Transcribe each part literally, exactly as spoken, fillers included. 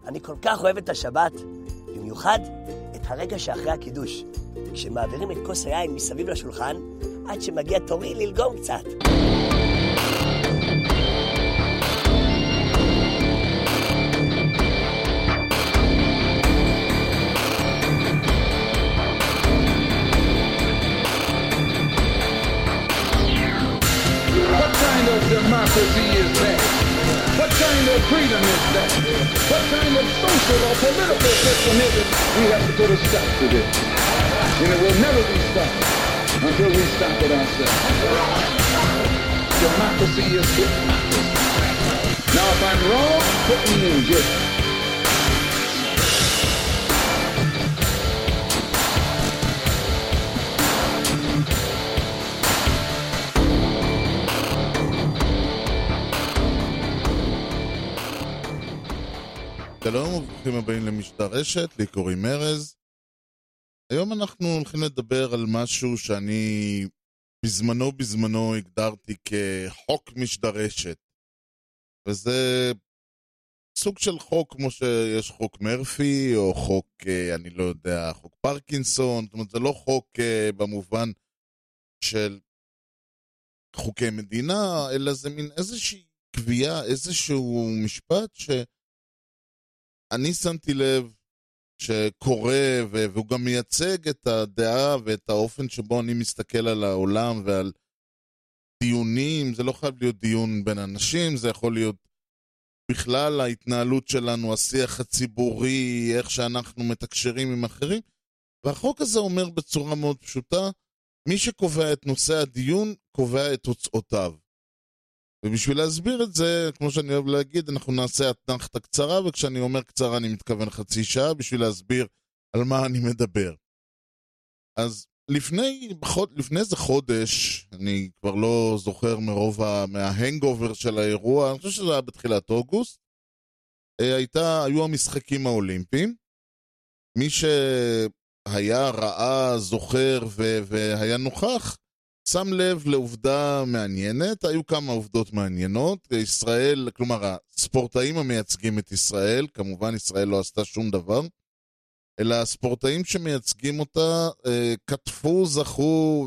אני כל כך אוהב את השבת, במיוחד את הרגע שאחרי הקידוש, כשמעבירים את כוס היין מסביב לשולחן, עד שמגיע תורי ללגום קצת. What kind of democracy is that? What kind of freedom is that? What kind of social or political system is it? We have to put a stop to this. And it will never be stopped until we stop it ourselves. Democracy is hypocrisy. Now if I'm wrong, put me in jail. שלום וברוכים הבאים למשדר רשת, לי קוראים ארז. היום אנחנו הולכים לדבר על משהו שאני בזמנו בזמנו הגדרתי כחוק משדר רשת. וזה סוג של חוק כמו שיש חוק מרפי או חוק, אני לא יודע, חוק פרקינסון. זאת אומרת, זה לא חוק במובן של חוקי מדינה, אלא זה מין איזושהי קביעה, איזשהו משפט ש... אני שמתי לב שקורא, והוא גם מייצג את הדעה ואת האופן שבו אני מסתכל על העולם ועל דיונים. זה לא חייב להיות דיון בין אנשים, זה יכול להיות בכלל ההתנהלות שלנו, השיח הציבורי, איך שאנחנו מתקשרים עם אחרים. והחוק הזה אומר בצורה מאוד פשוטה, מי שקובע את נושא הדיון, קובע את תוצאותיו. ובשביל להסביר את זה, כמו שאני אוהב להגיד, אנחנו נעשה אתנחתה קצרה, וכשאני אומר קצרה אני מתכוון חצי שעה, בשביל להסביר על מה אני מדבר. אז לפני, לפני איזה חודש, אני כבר לא זוכר מרוב מההנגובר של האירוע, אני חושב שזה היה בתחילת אוגוסט, הייתה, היו המשחקים האולימפיים. מי שהיה ראה, זוכר והיה נוכח, שם לב לעובדה מעניינת. היו כמה עובדות מעניינות. ישראל, כלומר, הספורטאים המייצגים את ישראל, כמובן ישראל לא עשתה שום דבר, אלא הספורטאים שמייצגים אותה כתפו, זכו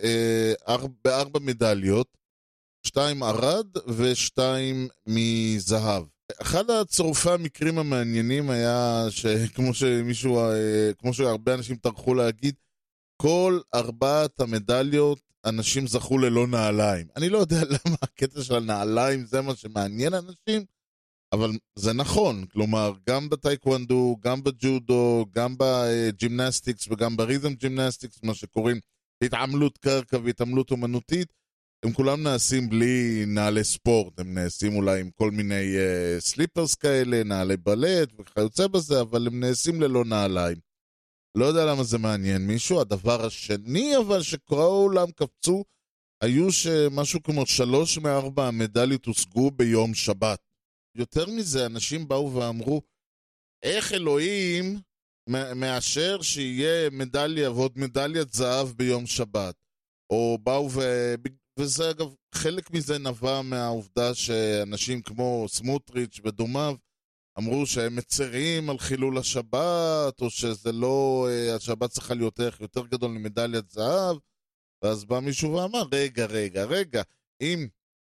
בארבע מדליות, שתיים ערד ושתיים מזהב. אחד הצירופי המקרים המעניינים היה שכמו שמישהו, כמו שהרבה אנשים טרחו להגיד, כל ארבעת המדליות אנשים זכו ללא נעליים. אני לא יודע למה הקטע של הנעליים זה מה שמעניין אנשים, אבל זה נכון. כלומר, גם בטייקוונדו, גם בג'ודו, גם בג'ימנסטיקס וגם בריזם ג'ימנסטיקס, מה שקוראים התעמלות קרקע והתעמלות אומנותית, הם כולם נעשים בלי נעלי ספורט. הם נעשים אולי עם כל מיני uh, סליפרס כאלה, נעלי בלט וכיוצא בזה, אבל הם נעשים ללא נעליים. לא יודע למה זה מעניין מישהו. הדבר השני אבל שכולם קפצו, היו שמשהו כמו שלוש מארבע המדליות הושגו ביום שבת. יותר מזה, אנשים באו ואמרו, איך אלוהים מאשר שיהיה מדליה ועוד מדליית זהב ביום שבת? או באו ו... וזה אגב, חלק מזה נבע מהעובדה שאנשים כמו סמוטריץ' ודומיו, אמרו שהם מצרים על חילול השבת, או שזה לא, השבת צריכה להיות יותר, יותר גדול ממדליית זהב. ואז בא מישהו ואמר, רגע, רגע, רגע, אם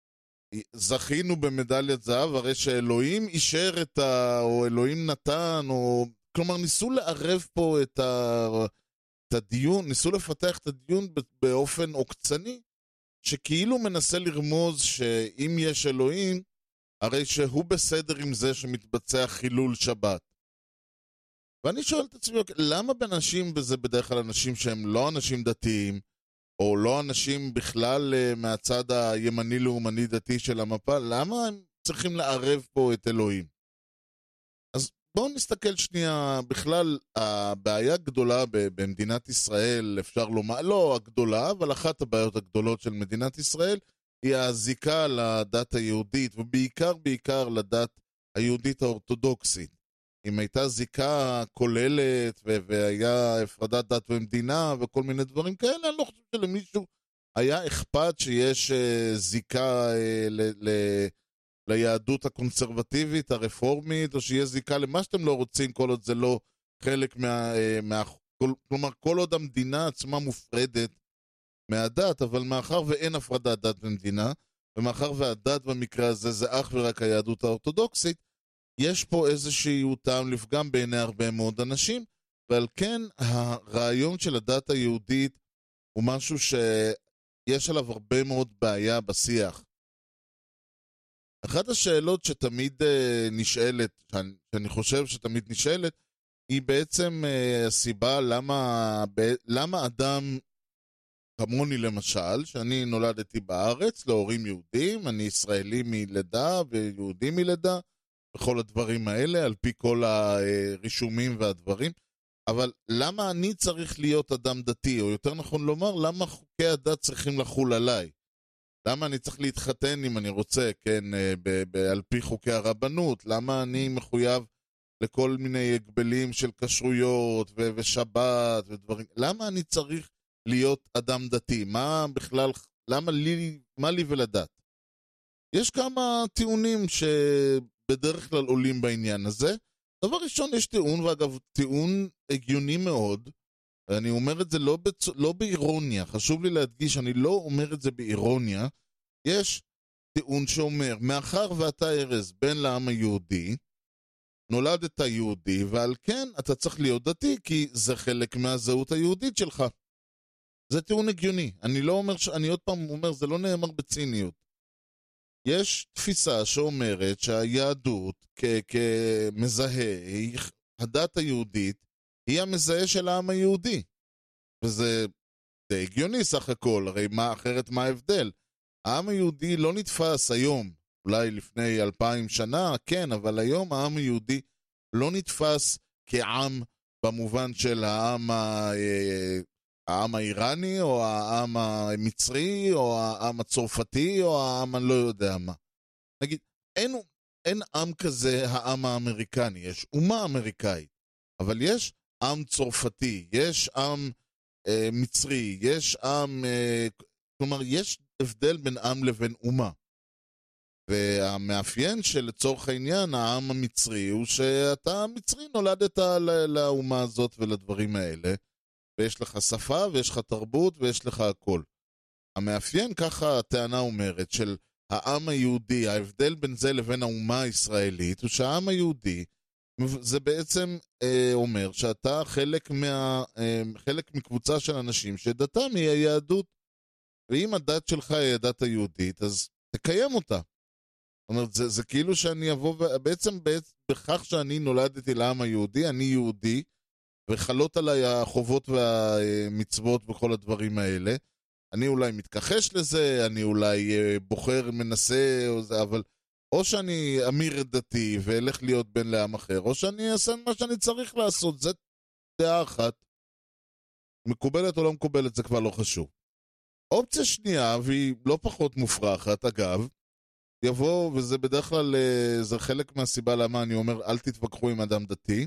זכינו במדליית זהב, הרי שאלוהים אישר את ה... או אלוהים נתן, או... כלומר, ניסו לערב פה את, ה... את הדיון, ניסו לפתח את הדיון באופן עוקצני, שכאילו מנסה לרמוז שאם יש אלוהים, הרי שהוא בסדר עם זה שמתבצע חילול שבת. ואני שואל את עצמי, למה באנשים, וזה בדרך כלל אנשים שהם לא אנשים דתיים, או לא אנשים בכלל מהצד הימני-לאומני דתי של המפה, למה הם צריכים לערב פה את אלוהים? אז בואו נסתכל שנייה, בכלל הבעיה הגדולה במדינת ישראל, אפשר לומר, לא הגדולה, אבל אחת הבעיות הגדולות של מדינת ישראל, היא הזיקה לדת היהודית, ובעיקר בעיקר לדת היהודית האורתודוקסית. אם הייתה זיקה כוללת, והיה הפרדת דת ומדינה, וכל מיני דברים כאלה, אני לא חושב שלמישהו היה אכפת שיש זיקה ליהדות הקונסרבטיבית, הרפורמית, או שיהיה זיקה למה שאתם לא רוצים, כל עוד זה לא חלק מה... מה כל, כלומר, כל עוד המדינה עצמה מופרדת מהדת, אבל מאחר ואין הפרדת דת במדינה, ומאחר והדת במקרה הזה זה אך ורק היהדות האורתודוקסית, יש פה איזשהו טעם לפגם בעיני הרבה מאוד אנשים, ועל כן הרעיון של הדת היהודית הוא משהו שיש עליו הרבה מאוד בעיה בשיח. אחת השאלות שתמיד uh, נשאלת, שאני, שאני חושב שתמיד נשאלת, היא בעצם uh, הסיבה למה, ב, למה אדם כמוני למשל, שאני נולדתי בארץ להורים יהודים, אני ישראלי מלידה ויהודי מלידה, וכל הדברים האלה, על פי כל הרישומים והדברים, אבל למה אני צריך להיות אדם דתי, או יותר נכון לומר, למה חוקי הדת צריכים לחול עליי? למה אני צריך להתחתן אם אני רוצה, כן, ב- ב- על פי חוקי הרבנות? למה אני מחויב לכל מיני הגבלים של כשרויות ו- ושבת ודברים? למה אני צריך להיות אדם דתי? מה בכלל, למה לי, מה לי ולדת? יש כמה טיעונים שבדרך כלל עולים בעניין הזה. דבר ראשון, יש טיעון, ואגב, טיעון הגיוני מאוד, ואני אומר את זה לא, בצ... לא באירוניה, חשוב לי להדגיש, אני לא אומר את זה באירוניה. יש טיעון שאומר, מאחר ואתה ארז בן לעם היהודי, נולדת יהודי, ועל כן אתה צריך להיות דתי, כי זה חלק מהזהות היהודית שלך. זה טיעון הגיוני. אני לא אומר, ש... אני עוד פעם אומר, זה לא נאמר בציניות. יש תפיסה שאומרת שהיהדות כ- כמזהה, הדת היהודית, היא המזהה של העם היהודי. וזה די הגיוני סך הכל, הרי מה אחרת מה ההבדל? העם היהודי לא נתפס היום, אולי לפני אלפיים שנה, כן, אבל היום העם היהודי לא נתפס כעם במובן של העם ה... העם האיראני, או העם המצרי, או העם הצרפתי, או העם אני לא יודע מה. נגיד, אין, אין עם כזה העם האמריקני, יש אומה אמריקאית, אבל יש עם צרפתי, יש עם אה, מצרי, יש עם, אה, כלומר, יש הבדל בין עם לבין אומה. והמאפיין של לצורך העניין, העם המצרי, הוא שאתה מצרי נולדת לאומה הזאת ולדברים האלה, ויש לך שפה, ויש לך תרבות, ויש לך הכל. המאפיין, ככה הטענה אומרת, של העם היהודי, ההבדל בין זה לבין האומה הישראלית, הוא שהעם היהודי, זה בעצם אה, אומר שאתה חלק, מה, אה, חלק מקבוצה של אנשים שדתם היא היהדות. ואם הדת שלך היא הדת היהודית, אז תקיים אותה. זאת אומרת, זה, זה כאילו שאני אבוא, בעצם, בעצם בכך שאני נולדתי לעם היהודי, אני יהודי, וחלות עליי החובות והמצוות וכל הדברים האלה. אני אולי מתכחש לזה, אני אולי בוחר, מנסה, אבל או שאני אמיר דתי ואלך להיות בן לעם אחר, או שאני אעשה מה שאני צריך לעשות. זה דעה אחת. מקובלת או לא מקובלת, זה כבר לא חשוב. אופציה שנייה, והיא לא פחות מופרכת, אגב, יבוא, וזה בדרך כלל, זה חלק מהסיבה למה אני אומר, אל תתווכחו עם אדם דתי,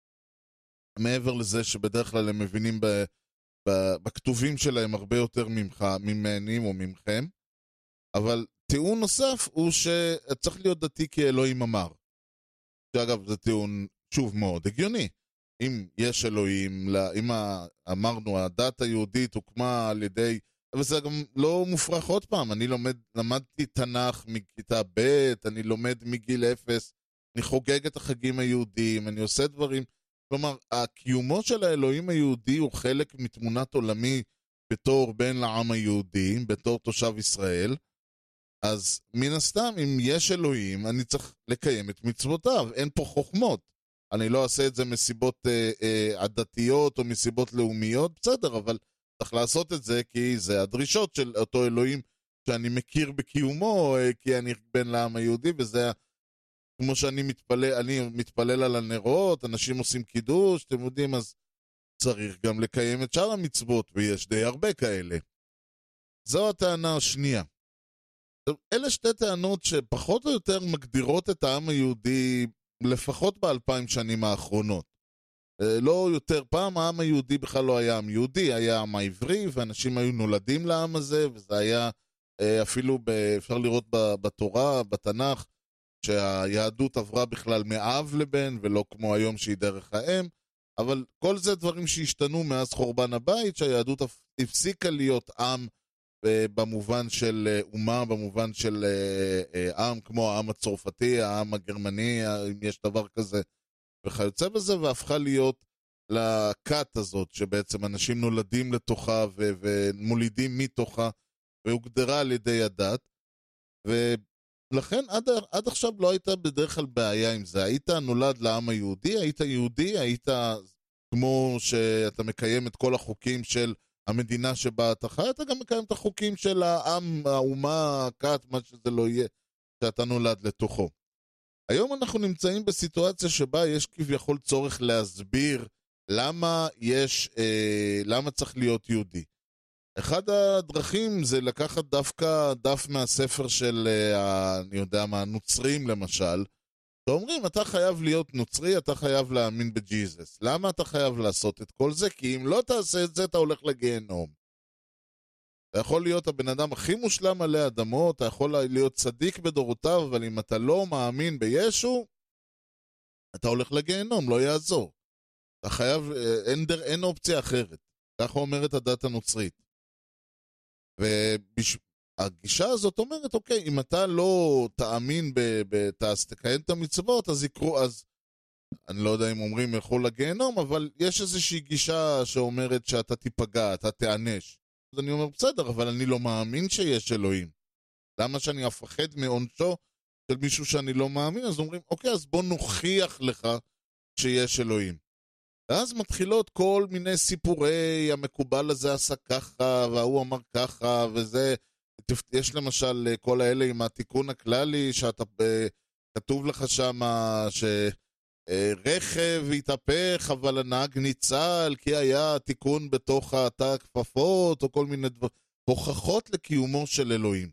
מעבר לזה שבדרך כלל הם מבינים ב, ב, בכתובים שלהם הרבה יותר ממך, ממנים או ממכם, אבל טיעון נוסף הוא שצריך להיות דתי כי אלוהים אמר. שאגב, זה טיעון שוב מאוד הגיוני. אם יש אלוהים, אם אמרנו, הדת היהודית הוקמה על ידי, אבל זה גם לא מופרך עוד פעם, אני לומד, למדתי תנ"ך מכיתה ב', אני לומד מגיל אפס, אני חוגג את החגים היהודיים, אני עושה דברים, כלומר, הקיומו של האלוהים היהודי הוא חלק מתמונת עולמי בתור בן לעם היהודי, בתור תושב ישראל, אז מן הסתם, אם יש אלוהים, אני צריך לקיים את מצוותיו, אין פה חוכמות. אני לא אעשה את זה מסיבות אה, אה, עדתיות או מסיבות לאומיות, בסדר, אבל צריך לעשות את זה כי זה הדרישות של אותו אלוהים שאני מכיר בקיומו, אה, כי אני בן לעם היהודי, וזה כמו שאני מתפלל, אני מתפלל על הנרות, אנשים עושים קידוש, אתם יודעים, אז צריך גם לקיים את שאר המצוות, ויש די הרבה כאלה. זו הטענה השנייה. אלה שתי טענות שפחות או יותר מגדירות את העם היהודי, לפחות באלפיים שנים האחרונות. לא יותר, פעם העם היהודי בכלל לא היה עם יהודי, היה עם העברי, ואנשים היו נולדים לעם הזה, וזה היה אפילו, אפשר לראות בתורה, בתנ"ך, שהיהדות עברה בכלל מאב לבן, ולא כמו היום שהיא דרך האם, אבל כל זה דברים שהשתנו מאז חורבן הבית, שהיהדות הפסיקה להיות עם במובן של אומה, במובן של עם כמו העם הצרפתי, העם הגרמני, אם יש דבר כזה, וכיוצא בזה, והפכה להיות לכת הזאת, שבעצם אנשים נולדים לתוכה ו- ומולידים מתוכה, והוגדרה על ידי הדת, ולכן עד, עד עכשיו לא הייתה בדרך כלל בעיה עם זה. היית נולד לעם היהודי, היית יהודי, היית כמו שאתה מקיים את כל החוקים של המדינה שבה אתה חי, אתה גם מקיים את החוקים של העם, האומה, הכת, מה שזה לא יהיה, שאתה נולד לתוכו. היום אנחנו נמצאים בסיטואציה שבה יש כביכול צורך להסביר למה יש, אה, למה צריך להיות יהודי. אחד הדרכים זה לקחת דווקא דף מהספר של, אה, אני יודע מה, נוצרים למשל, שאומרים, אתה חייב להיות נוצרי, אתה חייב להאמין בג'יזוס. למה אתה חייב לעשות את כל זה? כי אם לא תעשה את זה, אתה הולך לגיהנום. אתה יכול להיות הבן אדם הכי מושלם עלי אדמות, אתה יכול להיות צדיק בדורותיו, אבל אם אתה לא מאמין בישו, אתה הולך לגיהנום, לא יעזור. אתה חייב, אין, אין אופציה אחרת. ככה אומרת הדת הנוצרית. והגישה הזאת אומרת, אוקיי, אם אתה לא תאמין, תקיים את המצוות, אז יקרו, אז אני לא יודע אם אומרים ילכו לגיהנום, אבל יש איזושהי גישה שאומרת שאתה תיפגע, אתה תענש. אז אני אומר, בסדר, אבל אני לא מאמין שיש אלוהים. למה שאני אפחד מעונשו של מישהו שאני לא מאמין? אז אומרים, אוקיי, אז בוא נוכיח לך שיש אלוהים. ואז מתחילות כל מיני סיפורי, המקובל הזה עשה ככה, והוא אמר ככה, וזה, יש למשל כל האלה עם התיקון הכללי, שאתה, כתוב לך שם שרכב התהפך, אבל הנהג ניצל, כי היה תיקון בתוך התא הכפפות, או כל מיני דבר, הוכחות לקיומו של אלוהים.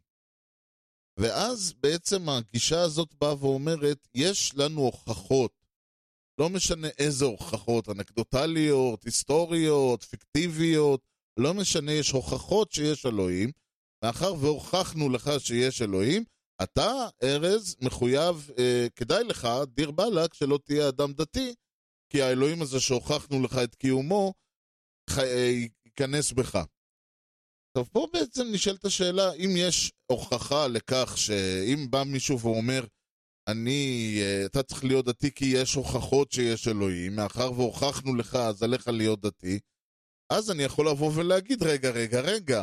ואז בעצם הגישה הזאת באה ואומרת, יש לנו הוכחות, לא משנה איזה הוכחות, אנקדוטליות, היסטוריות, פיקטיביות, לא משנה, יש הוכחות שיש אלוהים, מאחר והוכחנו לך שיש אלוהים, אתה, ארז, מחויב, אה, כדאי לך, דיר בלק, שלא תהיה אדם דתי, כי האלוהים הזה שהוכחנו לך את קיומו, ח... אה, ייכנס בך. טוב, פה בעצם נשאלת השאלה, אם יש הוכחה לכך שאם בא מישהו ואומר, אני, אתה צריך להיות דתי כי יש הוכחות שיש אלוהים, מאחר והוכחנו לך, אז עליך להיות דתי, אז אני יכול לבוא ולהגיד, רגע, רגע, רגע,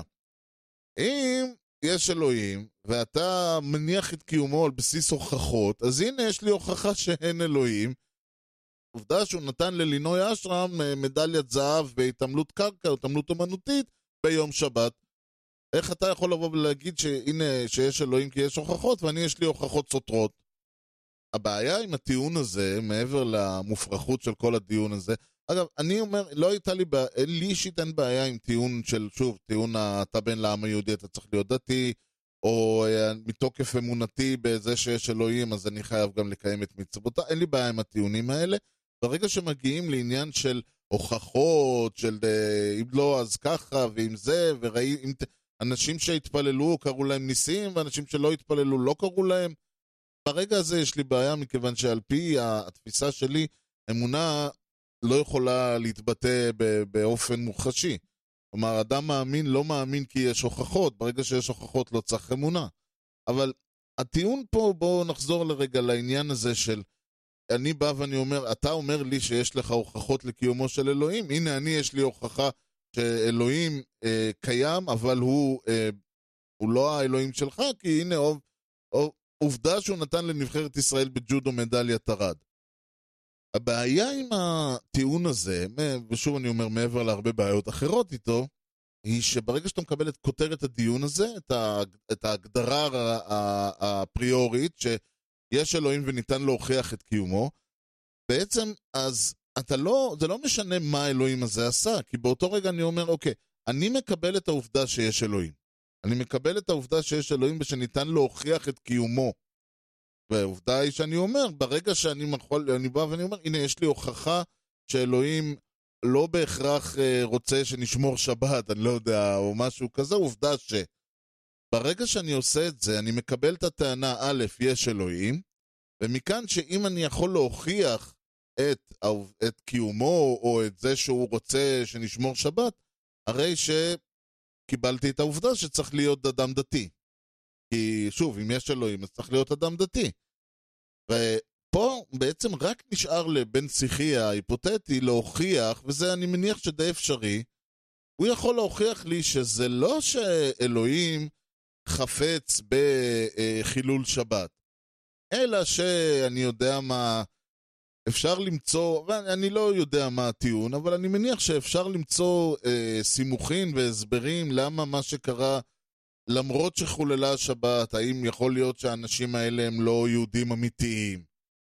אם יש אלוהים, ואתה מניח את קיומו על בסיס הוכחות, אז הנה יש לי הוכחה שאין אלוהים, עובדה שהוא נתן ללינוי אשרם מדליית זהב בהתעמלות קרקע, או התעמלות אומנותית, ביום שבת. איך אתה יכול לבוא ולהגיד שהנה, שיש אלוהים כי יש הוכחות, ואני יש לי הוכחות סותרות? הבעיה עם הטיעון הזה, מעבר למופרכות של כל הדיון הזה, אגב, אני אומר, לא הייתה לי, בע... לי אישית אין בעיה עם טיעון של, שוב, טיעון אתה בן לעם היהודי, אתה צריך להיות דתי, או מתוקף אמונתי בזה שיש אלוהים, אז אני חייב גם לקיים את מצוותיו, אין לי בעיה עם הטיעונים האלה. ברגע שמגיעים לעניין של הוכחות, של אם לא אז ככה, ועם זה, וראי, אם... אנשים שהתפללו קראו להם ניסים, ואנשים שלא התפללו לא קראו להם, ברגע הזה יש לי בעיה, מכיוון שעל פי התפיסה שלי, אמונה לא יכולה להתבטא באופן מוחשי. כלומר, אדם מאמין לא מאמין כי יש הוכחות, ברגע שיש הוכחות לא צריך אמונה. אבל הטיעון פה, בואו נחזור לרגע לעניין הזה של, אני בא ואני אומר, אתה אומר לי שיש לך הוכחות לקיומו של אלוהים, הנה אני יש לי הוכחה שאלוהים אה, קיים, אבל הוא, אה, הוא לא האלוהים שלך, כי הנה אוב, אוב, עובדה שהוא נתן לנבחרת ישראל בג'ודו מדליית ארד. הבעיה עם הטיעון הזה, ושוב אני אומר מעבר להרבה בעיות אחרות איתו, היא שברגע שאתה מקבל את כותרת הדיון הזה, את ההגדרה הפריורית, שיש אלוהים וניתן להוכיח את קיומו, בעצם אז אתה לא, זה לא משנה מה האלוהים הזה עשה, כי באותו רגע אני אומר, אוקיי, אני מקבל את העובדה שיש אלוהים. אני מקבל את העובדה שיש אלוהים ושניתן להוכיח את קיומו. והעובדה היא שאני אומר, ברגע שאני יכול, אני בא ואני אומר, הנה יש לי הוכחה שאלוהים לא בהכרח רוצה שנשמור שבת, אני לא יודע, או משהו כזה, עובדה ש... ברגע שאני עושה את זה, אני מקבל את הטענה, א', יש אלוהים, ומכאן שאם אני יכול להוכיח את, את קיומו או את זה שהוא רוצה שנשמור שבת, הרי שקיבלתי את העובדה שצריך להיות אדם דתי. כי שוב, אם יש אלוהים, אז צריך להיות אדם דתי. ופה בעצם רק נשאר לבן שיחי ההיפותטי להוכיח, וזה אני מניח שדי אפשרי, הוא יכול להוכיח לי שזה לא שאלוהים חפץ בחילול שבת, אלא שאני יודע מה, אפשר למצוא, ואני לא יודע מה הטיעון, אבל אני מניח שאפשר למצוא אה, סימוכין והסברים למה מה שקרה, למרות שחוללה השבת, האם יכול להיות שהאנשים האלה הם לא יהודים אמיתיים?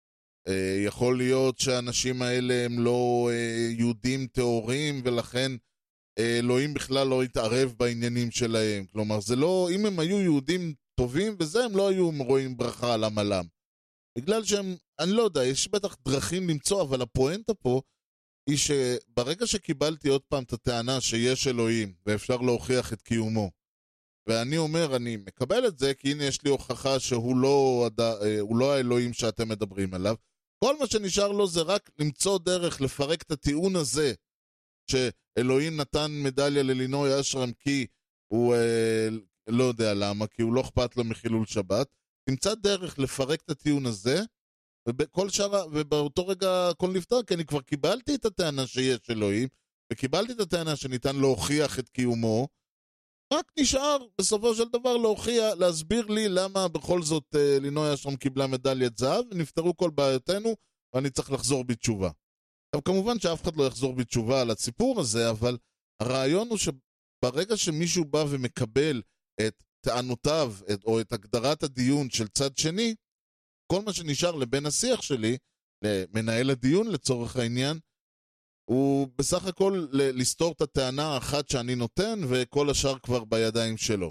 אה, יכול להיות שהאנשים האלה הם לא אה, יהודים טהורים, ולכן אה, אלוהים בכלל לא התערב בעניינים שלהם. כלומר, זה לא, אם הם היו יהודים טובים וזה, הם לא היו רואים ברכה על עמלם. בגלל שהם, אני לא יודע, יש בטח דרכים למצוא, אבל הפואנטה פה היא שברגע שקיבלתי עוד פעם את הטענה שיש אלוהים, ואפשר להוכיח את קיומו, ואני אומר, אני מקבל את זה, כי הנה יש לי הוכחה שהוא לא, הוא לא האלוהים שאתם מדברים עליו, כל מה שנשאר לו זה רק למצוא דרך לפרק את הטיעון הזה, שאלוהים נתן מדליה ללינוי אשרם כי הוא אה, לא יודע למה, כי הוא לא אכפת לו מחילול שבת, תמצא דרך לפרק את הטיעון הזה, ובכל שרה, ובאותו רגע הכל נפתר, כי אני כבר קיבלתי את הטענה שיש אלוהים, וקיבלתי את הטענה שניתן להוכיח את קיומו, רק נשאר בסופו של דבר להוכיח, להסביר לי למה בכל זאת אה, לינוי אשרם קיבלה מדליית זהב, ונפתרו כל בעיותינו, ואני צריך לחזור בתשובה. עכשיו כמובן שאף אחד לא יחזור בתשובה על הסיפור הזה, אבל הרעיון הוא שברגע שמישהו בא ומקבל את טענותיו, את, או את הגדרת הדיון של צד שני, כל מה שנשאר לבין השיח שלי, למנהל הדיון לצורך העניין, הוא בסך הכל לסתור את הטענה האחת שאני נותן, וכל השאר כבר בידיים שלו.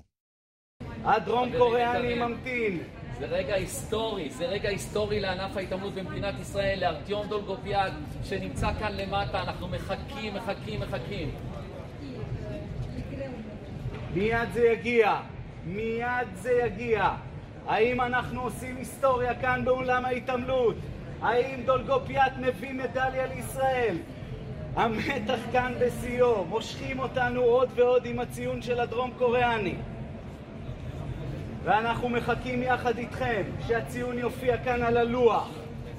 הדרום קוריאני ממתין. זה רגע היסטורי, זה רגע היסטורי לענף ההתעמלות במדינת ישראל, לארטיום דולגופיאט שנמצא כאן למטה, אנחנו מחכים, מחכים, מחכים. מיד זה יגיע, מיד זה יגיע. האם אנחנו עושים היסטוריה כאן באולם ההתעמלות? האם דולגופיאט מביא מדליה לישראל? המתח כאן בשיאו, מושכים אותנו עוד ועוד עם הציון של הדרום קוריאני. ואנחנו מחכים יחד איתכם שהציון יופיע כאן על הלוח.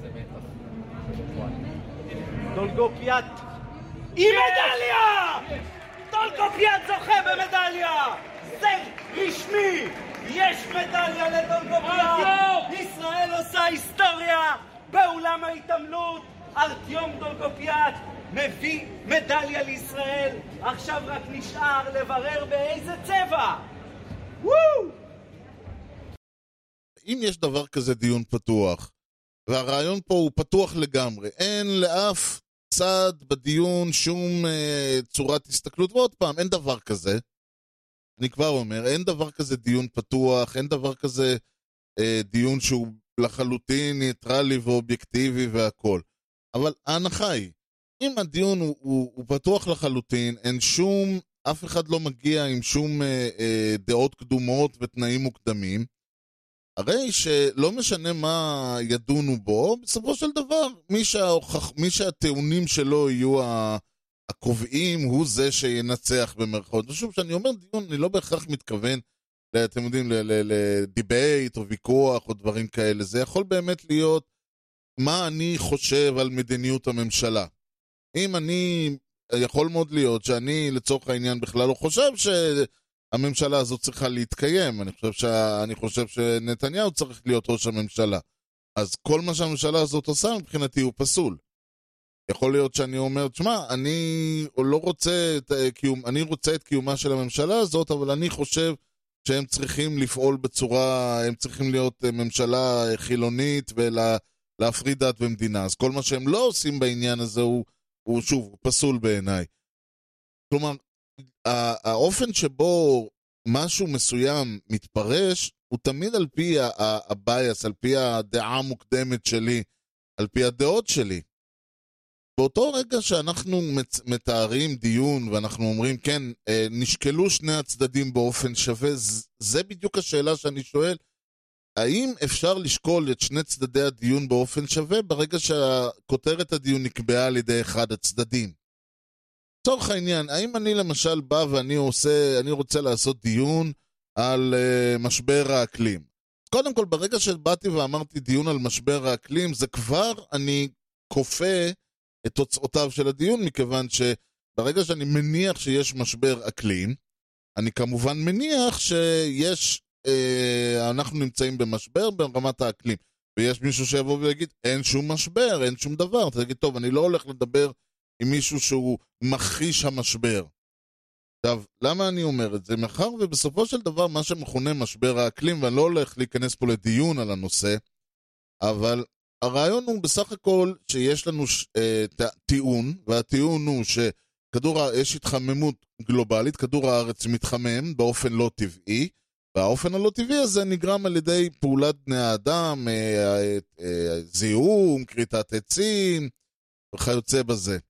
דולגופיאט עם מדליה! דולגופיאט זוכה במדליה! זה רשמי! יש מדליה לדולגופיאט! ישראל עושה היסטוריה באולם ההתעמלות. ארטיום דולגופיאט מביא מדליה לישראל. עכשיו רק נשאר לברר באיזה צבע. וואו! אם יש דבר כזה דיון פתוח, והרעיון פה הוא פתוח לגמרי, אין לאף צד בדיון שום אה, צורת הסתכלות, ועוד פעם, אין דבר כזה, אני כבר אומר, אין דבר כזה דיון פתוח, אין דבר כזה אה, דיון שהוא לחלוטין ניטרלי ואובייקטיבי והכל, אבל ההנחה היא, אם הדיון הוא, הוא, הוא פתוח לחלוטין, אין שום, אף אחד לא מגיע עם שום אה, אה, דעות קדומות ותנאים מוקדמים, הרי שלא משנה מה ידונו בו, בסופו של דבר, מי, שההוכח, מי שהטיעונים שלו יהיו הקובעים, הוא זה שינצח במרכאות. ושוב, כשאני אומר דיון, אני לא בהכרח מתכוון, אתם יודעים, לדיבייט או ויכוח או דברים כאלה. זה יכול באמת להיות מה אני חושב על מדיניות הממשלה. אם אני, יכול מאוד להיות שאני לצורך העניין בכלל לא חושב ש... הממשלה הזאת צריכה להתקיים, אני חושב, שה... אני חושב שנתניהו צריך להיות ראש הממשלה. אז כל מה שהממשלה הזאת עושה מבחינתי הוא פסול. יכול להיות שאני אומר, תשמע, אני לא רוצה את קיום, אני רוצה את קיומה של הממשלה הזאת, אבל אני חושב שהם צריכים לפעול בצורה, הם צריכים להיות ממשלה חילונית ולהפריד דת במדינה. אז כל מה שהם לא עושים בעניין הזה הוא, הוא שוב, הוא פסול בעיניי. כלומר, האופן שבו משהו מסוים מתפרש, הוא תמיד על פי הבייס, על פי הדעה המוקדמת שלי, על פי הדעות שלי. באותו רגע שאנחנו מתארים דיון, ואנחנו אומרים, כן, נשקלו שני הצדדים באופן שווה, זה בדיוק השאלה שאני שואל, האם אפשר לשקול את שני צדדי הדיון באופן שווה ברגע שהכותרת הדיון נקבעה על ידי אחד הצדדים? לצורך העניין, האם אני למשל בא ואני עושה, אני רוצה לעשות דיון על uh, משבר האקלים? קודם כל, ברגע שבאתי ואמרתי דיון על משבר האקלים, זה כבר אני כופה את תוצאותיו של הדיון, מכיוון שברגע שאני מניח שיש משבר אקלים, אני כמובן מניח שיש, אה, אנחנו נמצאים במשבר ברמת האקלים, ויש מישהו שיבוא ויגיד, אין שום משבר, אין שום דבר. אתה תגיד, טוב, אני לא הולך לדבר עם מישהו שהוא מכחיש המשבר. עכשיו, למה אני אומר את זה? מאחר ובסופו של דבר מה שמכונה משבר האקלים, ואני לא הולך להיכנס פה לדיון על הנושא, אבל הרעיון הוא בסך הכל שיש לנו אה, טיעון, והטיעון הוא שכדור, יש התחממות גלובלית, כדור הארץ מתחמם באופן לא טבעי, והאופן הלא טבעי הזה נגרם על ידי פעולת בני האדם, אה, אה, אה, זיהום, כריתת עצים, וכיוצא בזה.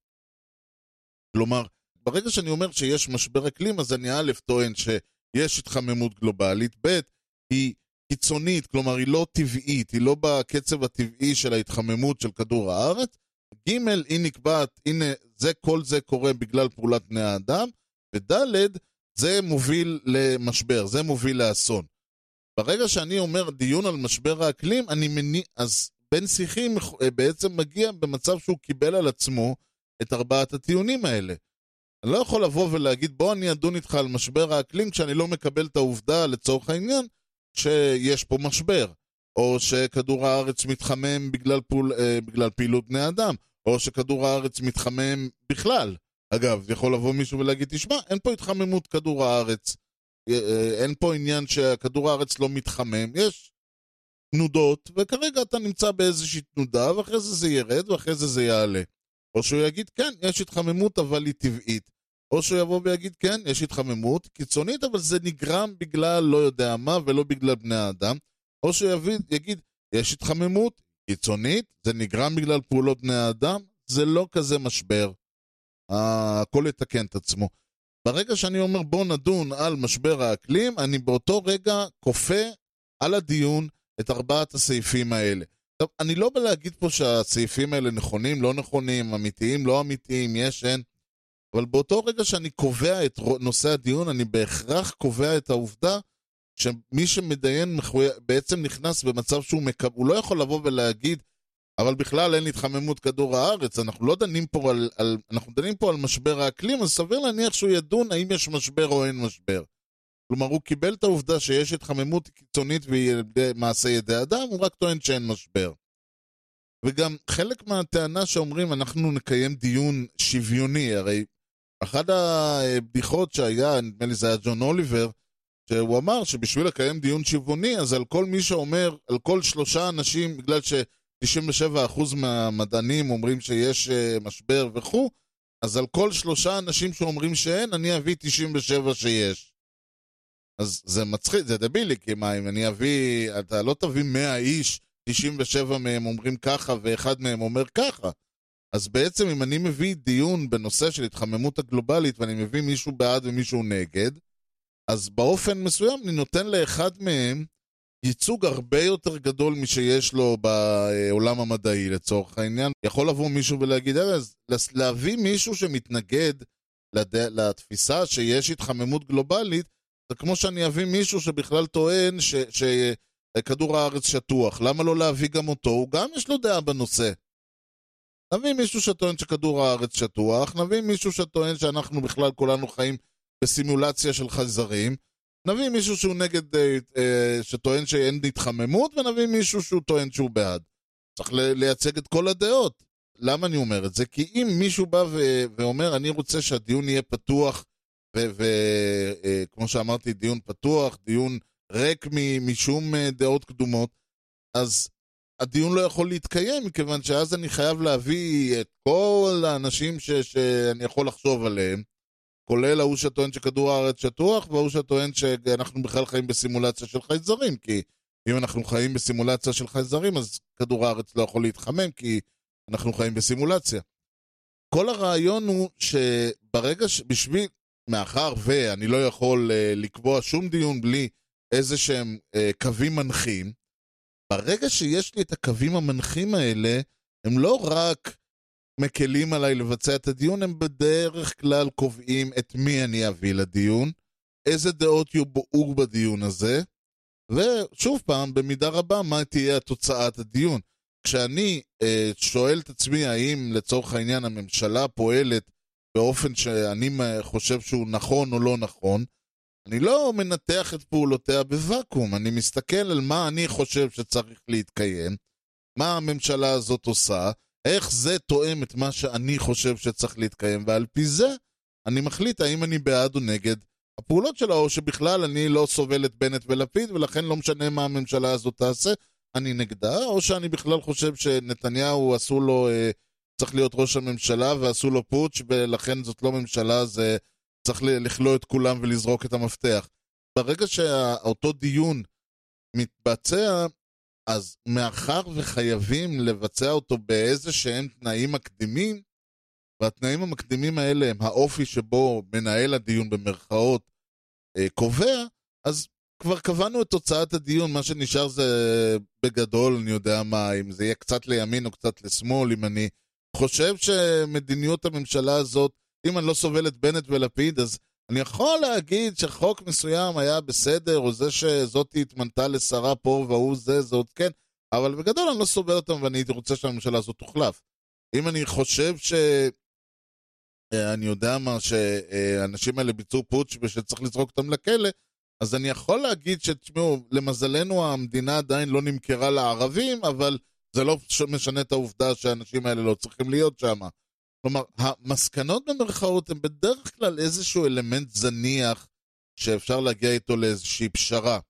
כלומר, ברגע שאני אומר שיש משבר אקלים, אז אני א' טוען שיש התחממות גלובלית, ב' היא קיצונית, כלומר היא לא טבעית, היא לא בקצב הטבעי של ההתחממות של כדור הארץ, ג' היא נקבעת, הנה זה, כל זה קורה בגלל פעולת בני האדם, וד' זה מוביל למשבר, זה מוביל לאסון. ברגע שאני אומר דיון על משבר האקלים, אני מניח, אז בן שיחי בעצם מגיע במצב שהוא קיבל על עצמו את ארבעת הטיעונים האלה. אני לא יכול לבוא ולהגיד, בוא אני אדון איתך על משבר האקלים, כשאני לא מקבל את העובדה לצורך העניין, שיש פה משבר, או שכדור הארץ מתחמם בגלל, פול, אה, בגלל פעילות בני אדם, או שכדור הארץ מתחמם בכלל. אגב, יכול לבוא מישהו ולהגיד, תשמע, אין פה התחממות כדור הארץ, אה, אין פה עניין שכדור הארץ לא מתחמם, יש תנודות, וכרגע אתה נמצא באיזושהי תנודה, ואחרי זה זה ירד, ואחרי זה זה יעלה. או שהוא יגיד, כן, יש התחממות, אבל היא טבעית. או שהוא יבוא ויגיד, כן, יש התחממות קיצונית, אבל זה נגרם בגלל לא יודע מה, ולא בגלל בני האדם. או שהוא יגיד, יגיד, יש התחממות קיצונית, זה נגרם בגלל פעולות בני האדם, זה לא כזה משבר. הכל יתקן את עצמו. ברגע שאני אומר, בוא נדון על משבר האקלים, אני באותו רגע כופה על הדיון את ארבעת הסעיפים האלה. טוב, אני לא בא להגיד פה שהסעיפים האלה נכונים, לא נכונים, אמיתיים, לא אמיתיים, יש, אין, אבל באותו רגע שאני קובע את נושא הדיון, אני בהכרח קובע את העובדה שמי שמדיין מחויב, בעצם נכנס במצב שהוא מקב... הוא לא יכול לבוא ולהגיד, אבל בכלל אין התחממות כדור הארץ, אנחנו לא דנים פה על, על... אנחנו דנים פה על משבר האקלים, אז סביר להניח שהוא ידון האם יש משבר או אין משבר. כלומר, הוא קיבל את העובדה שיש התחממות קיצונית ומעשה ידי אדם, הוא רק טוען שאין משבר. וגם חלק מהטענה שאומרים, אנחנו נקיים דיון שוויוני, הרי אחת הבדיחות שהיה, נדמה לי זה היה ג'ון אוליבר, שהוא אמר שבשביל לקיים דיון שוויוני, אז על כל מי שאומר, על כל שלושה אנשים, בגלל ש-תשעים ושבעה אחוז מהמדענים אומרים שיש משבר וכו', אז על כל שלושה אנשים שאומרים שאין, אני אביא תשעים ושבע שיש. אז זה מצחיק, זה דבילי, כי מה, אם אני אביא, אתה לא תביא מאה איש, תשעים ושבע מהם אומרים ככה, ואחד מהם אומר ככה. אז בעצם אם אני מביא דיון בנושא של התחממות הגלובלית, ואני מביא מישהו בעד ומישהו נגד, אז באופן מסוים אני נותן לאחד מהם ייצוג הרבה יותר גדול משיש לו בעולם המדעי לצורך העניין. יכול לבוא מישהו ולהגיד, אז להביא מישהו שמתנגד לד... לתפיסה שיש התחממות גלובלית, זה כמו שאני אביא מישהו שבכלל טוען ש... שכדור הארץ שטוח. למה לא להביא גם אותו? הוא גם יש לו דעה בנושא. נביא מישהו שטוען שכדור הארץ שטוח, נביא מישהו שטוען שאנחנו בכלל כולנו חיים בסימולציה של חייזרים, נביא מישהו שהוא נגד, אה, אה, שטוען שאין התחממות, ונביא מישהו שהוא טוען שהוא בעד. צריך לייצג את כל הדעות. למה אני אומר את זה? כי אם מישהו בא ו- ואומר, אני רוצה שהדיון יהיה פתוח, וכמו שאמרתי, דיון פתוח, דיון ריק משום דעות קדומות, אז הדיון לא יכול להתקיים, מכיוון שאז אני חייב להביא את כל האנשים ש- שאני יכול לחשוב עליהם, כולל ההוא שטוען שכדור הארץ שטוח, והוא שטוען שאנחנו בכלל חיים בסימולציה של חייזרים, כי אם אנחנו חיים בסימולציה של חייזרים, אז כדור הארץ לא יכול להתחמם, כי אנחנו חיים בסימולציה. כל הרעיון הוא שברגע שבשביל, מאחר ואני לא יכול uh, לקבוע שום דיון בלי איזה שהם uh, קווים מנחים, ברגע שיש לי את הקווים המנחים האלה, הם לא רק מקלים עליי לבצע את הדיון, הם בדרך כלל קובעים את מי אני אביא לדיון, איזה דעות יובאו בדיון הזה, ושוב פעם, במידה רבה, מה תהיה התוצאת הדיון. כשאני אה, שואל את עצמי, האם לצורך העניין הממשלה פועלת באופן שאני חושב שהוא נכון או לא נכון, אני לא מנתח את פעולותיה בוואקום, אני מסתכל על מה אני חושב שצריך להתקיים, מה הממשלה הזאת עושה, איך זה תואם את מה שאני חושב שצריך להתקיים, ועל פי זה אני מחליט האם אני בעד או נגד הפעולות שלה, או שבכלל אני לא סובל את בנט ולפיד, ולכן לא משנה מה הממשלה הזאת תעשה, אני נגדה, או שאני בכלל חושב שנתניהו עשו לו, אה, צריך להיות ראש הממשלה, ועשו לו פוטש, ולכן זאת לא ממשלה, זה צריך לכלוא את כולם ולזרוק את המפתח. ברגע שאותו דיון מתבצע, אז מאחר וחייבים לבצע אותו באיזה שהם תנאים מקדימים, והתנאים המקדימים האלה הם האופי שבו מנהל הדיון במרכאות אה, קובע, אז כבר קבענו את תוצאת הדיון, מה שנשאר זה בגדול, אני יודע מה, אם זה יהיה קצת לימין או קצת לשמאל, אם אני חושב שמדיניות הממשלה הזאת, אם אני לא סובל את בנט ולפיד, אז אני יכול להגיד שחוק מסוים היה בסדר, או זה שזאת התמנתה לשרה פה והוא זה, זאת כן, אבל בגדול אני לא סובל אותם ואני רוצה שהממשלה הזאת תוחלף. אם אני חושב ש... אני יודע מה, שהאנשים האלה ביצעו פוטש ושצריך לזרוק אותם לכלא, אז אני יכול להגיד שתשמעו, למזלנו המדינה עדיין לא נמכרה לערבים, אבל זה לא משנה את העובדה שהאנשים האלה לא צריכים להיות שם. כלומר, המסקנות במרכאות הן בדרך כלל איזשהו אלמנט זניח שאפשר להגיע איתו לאיזושהי פשרה.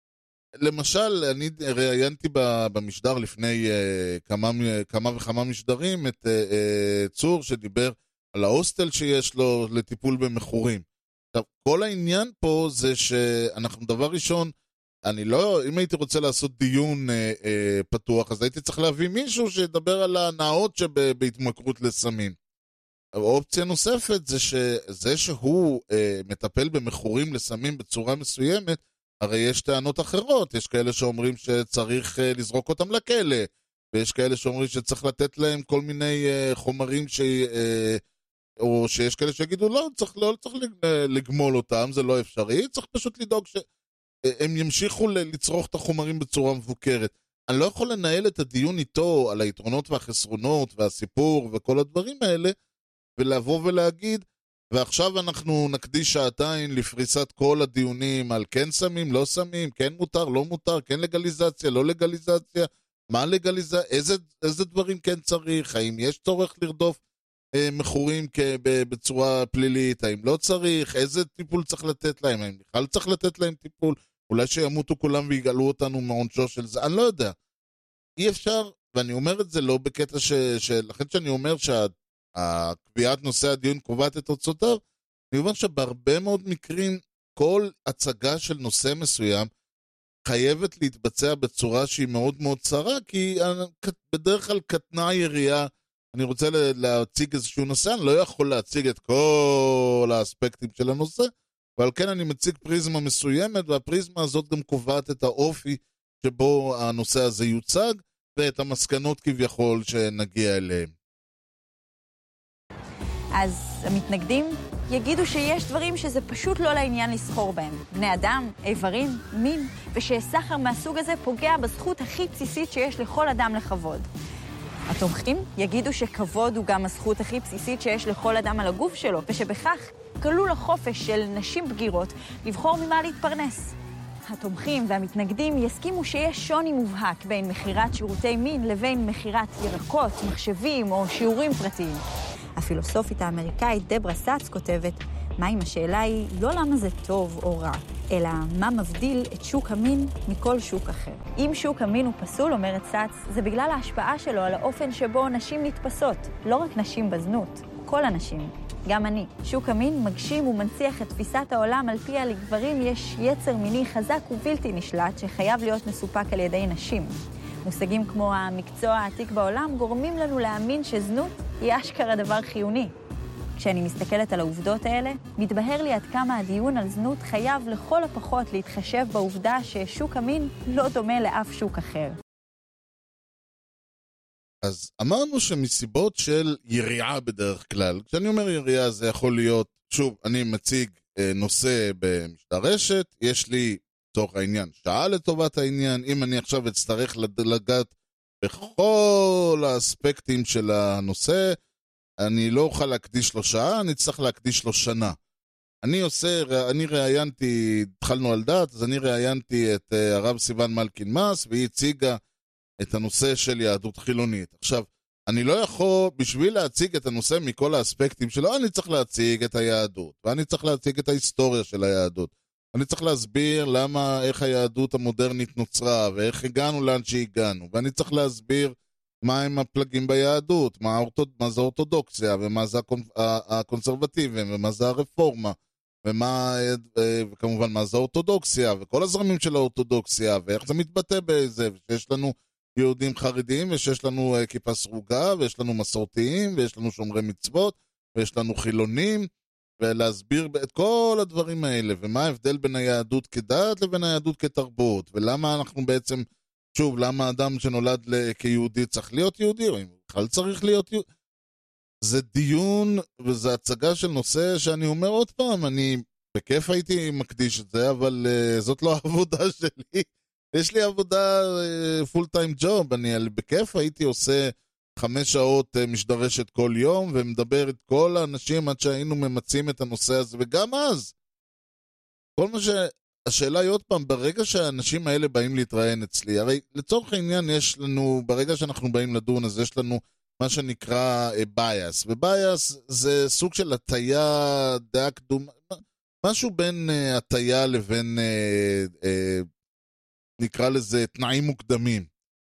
למשל, אני ראיינתי במשדר לפני כמה, כמה וכמה משדרים את צור שדיבר על ההוסטל שיש לו לטיפול במכורים. עכשיו, כל העניין פה זה שאנחנו דבר ראשון, אני לא, אם הייתי רוצה לעשות דיון אה, אה, פתוח, אז הייתי צריך להביא מישהו שידבר על הנאות שבהתמכרות לסמים. האופציה נוספת זה שזה שהוא אה, מטפל במכורים לסמים בצורה מסוימת, הרי יש טענות אחרות, יש כאלה שאומרים שצריך אה, לזרוק אותם לכלא, ויש כאלה שאומרים שצריך לתת להם כל מיני אה, חומרים ש... אה, או שיש כאלה שיגידו, לא, צריך, לא צריך לגמול אותם, זה לא אפשרי, צריך פשוט לדאוג שהם ימשיכו לצרוך את החומרים בצורה מבוקרת. אני לא יכול לנהל את הדיון איתו על היתרונות והחסרונות והסיפור וכל הדברים האלה, ולבוא ולהגיד, ועכשיו אנחנו נקדיש שעתיים לפריסת כל הדיונים על כן סמים, לא סמים, כן מותר, לא מותר, כן לגליזציה, לא לגליזציה, מה לגליזציה, איזה, איזה דברים כן צריך, האם יש צורך לרדוף מכורים בצורה פלילית, האם לא צריך, איזה טיפול צריך לתת להם, האם בכלל צריך לתת להם טיפול, אולי שימותו כולם ויגלו אותנו מעונשו של זה, אני לא יודע. אי אפשר, ואני אומר את זה לא בקטע ש... לכן שאני אומר שהקביעת נושא הדיון קובעת את תוצאותיו, אני אומר שבהרבה מאוד מקרים כל הצגה של נושא מסוים חייבת להתבצע בצורה שהיא מאוד מאוד צרה, כי בדרך כלל קטנה היריעה, אני רוצה להציג איזשהו נושא, אני לא יכול להציג את כל האספקטים של הנושא, ועל כן אני מציג פריזמה מסוימת, והפריזמה הזאת גם קובעת את האופי שבו הנושא הזה יוצג, ואת המסקנות כביכול שנגיע אליהם. אז המתנגדים יגידו שיש דברים שזה פשוט לא לעניין לסחור בהם. בני אדם, איברים, מין, ושסחר מהסוג הזה פוגע בזכות הכי בסיסית שיש לכל אדם לכבוד. התומכים יגידו שכבוד הוא גם הזכות הכי בסיסית שיש לכל אדם על הגוף שלו, ושבכך כלול החופש של נשים בגירות לבחור ממה להתפרנס. התומכים והמתנגדים יסכימו שיש שוני מובהק בין מחירת שירותי מין לבין מחירת ירקות, מחשבים או שיעורים פרטיים. הפילוסופית האמריקאית דברה סאץ כותבת, מה אם השאלה היא לא למה זה טוב או רע, אלא מה מבדיל את שוק המין מכל שוק אחר. אם שוק המין הוא פסול, אומרת סאץ, זה בגלל ההשפעה שלו על האופן שבו נשים נתפסות. לא רק נשים בזנות, כל הנשים. גם אני. שוק המין מגשים ומנציח את תפיסת העולם על פיה לגברים יש יצר מיני חזק ובלתי נשלט שחייב להיות מסופק על ידי נשים. מושגים כמו המקצוע העתיק בעולם גורמים לנו להאמין שזנות היא אשכרה דבר חיוני. כשאני מסתכלת על העובדות האלה, מתבהר לי עד כמה הדיון על זנות חייב לכל הפחות להתחשב בעובדה ששוק המין לא דומה לאף שוק אחר. אז אמרנו שמסיבות של יריעה בדרך כלל, כשאני אומר יריעה זה יכול להיות, שוב, אני מציג אה, נושא במשדר רשת, יש לי צורך העניין שעה לטובת העניין, אם אני עכשיו אצטרך לגעת בכל האספקטים של הנושא, אני לא אוכל להקדיש לו שעה, אני צריך להקדיש לו שנה. אני עושה, אני ראיינתי, התחלנו על דת, אז אני ראיינתי את uh, הרב סיוון מלכין מס, והיא הציגה את הנושא של יהדות חילונית. עכשיו, אני לא יכול, בשביל להציג את הנושא מכל האספקטים שלו, אני צריך להציג את היהדות, ואני צריך להציג את ההיסטוריה של היהדות. אני צריך להסביר למה, איך היהדות המודרנית נוצרה, ואיך הגענו לאן שהגענו, ואני צריך להסביר מה הם הפלגים ביהדות, מה, האורתוד, מה זה האורתודוקסיה, ומה זה הקונסרבטיבים, ומה זה הרפורמה, ומה, וכמובן מה זה האורתודוקסיה, וכל הזרמים של האורתודוקסיה, ואיך זה מתבטא בזה, שיש לנו יהודים חרדים, ושיש לנו כיפה סרוגה, ויש לנו מסורתיים, ויש לנו שומרי מצוות, ויש לנו חילונים, ולהסביר את כל הדברים האלה, ומה ההבדל בין היהדות כדת לבין היהדות כתרבות, ולמה אנחנו בעצם, שוב, למה אדם שנולד כיהודי צריך להיות יהודי, או אם בכלל צריך להיות יהודי. זה דיון, וזו הצגה של נושא שאני אומר עוד פעם, אני בכיף הייתי מקדיש את זה, אבל uh, זאת לא העבודה שלי. יש לי עבודה פול טיים ג'וב, אני בכיף הייתי עושה חמש שעות uh, משדרשת כל יום, ומדבר את כל האנשים עד שהיינו ממצים את הנושא הזה, וגם אז, כל מה ש... השאלה היא עוד פעם, ברגע שהאנשים האלה באים להתראיין אצלי, הרי לצורך העניין יש לנו, ברגע שאנחנו באים לדון, אז יש לנו מה שנקרא בייס, ובייס זה סוג של הטיה, דעה קדומה, משהו בין uh, הטיה לבין, uh, uh, נקרא לזה, תנאים מוקדמים.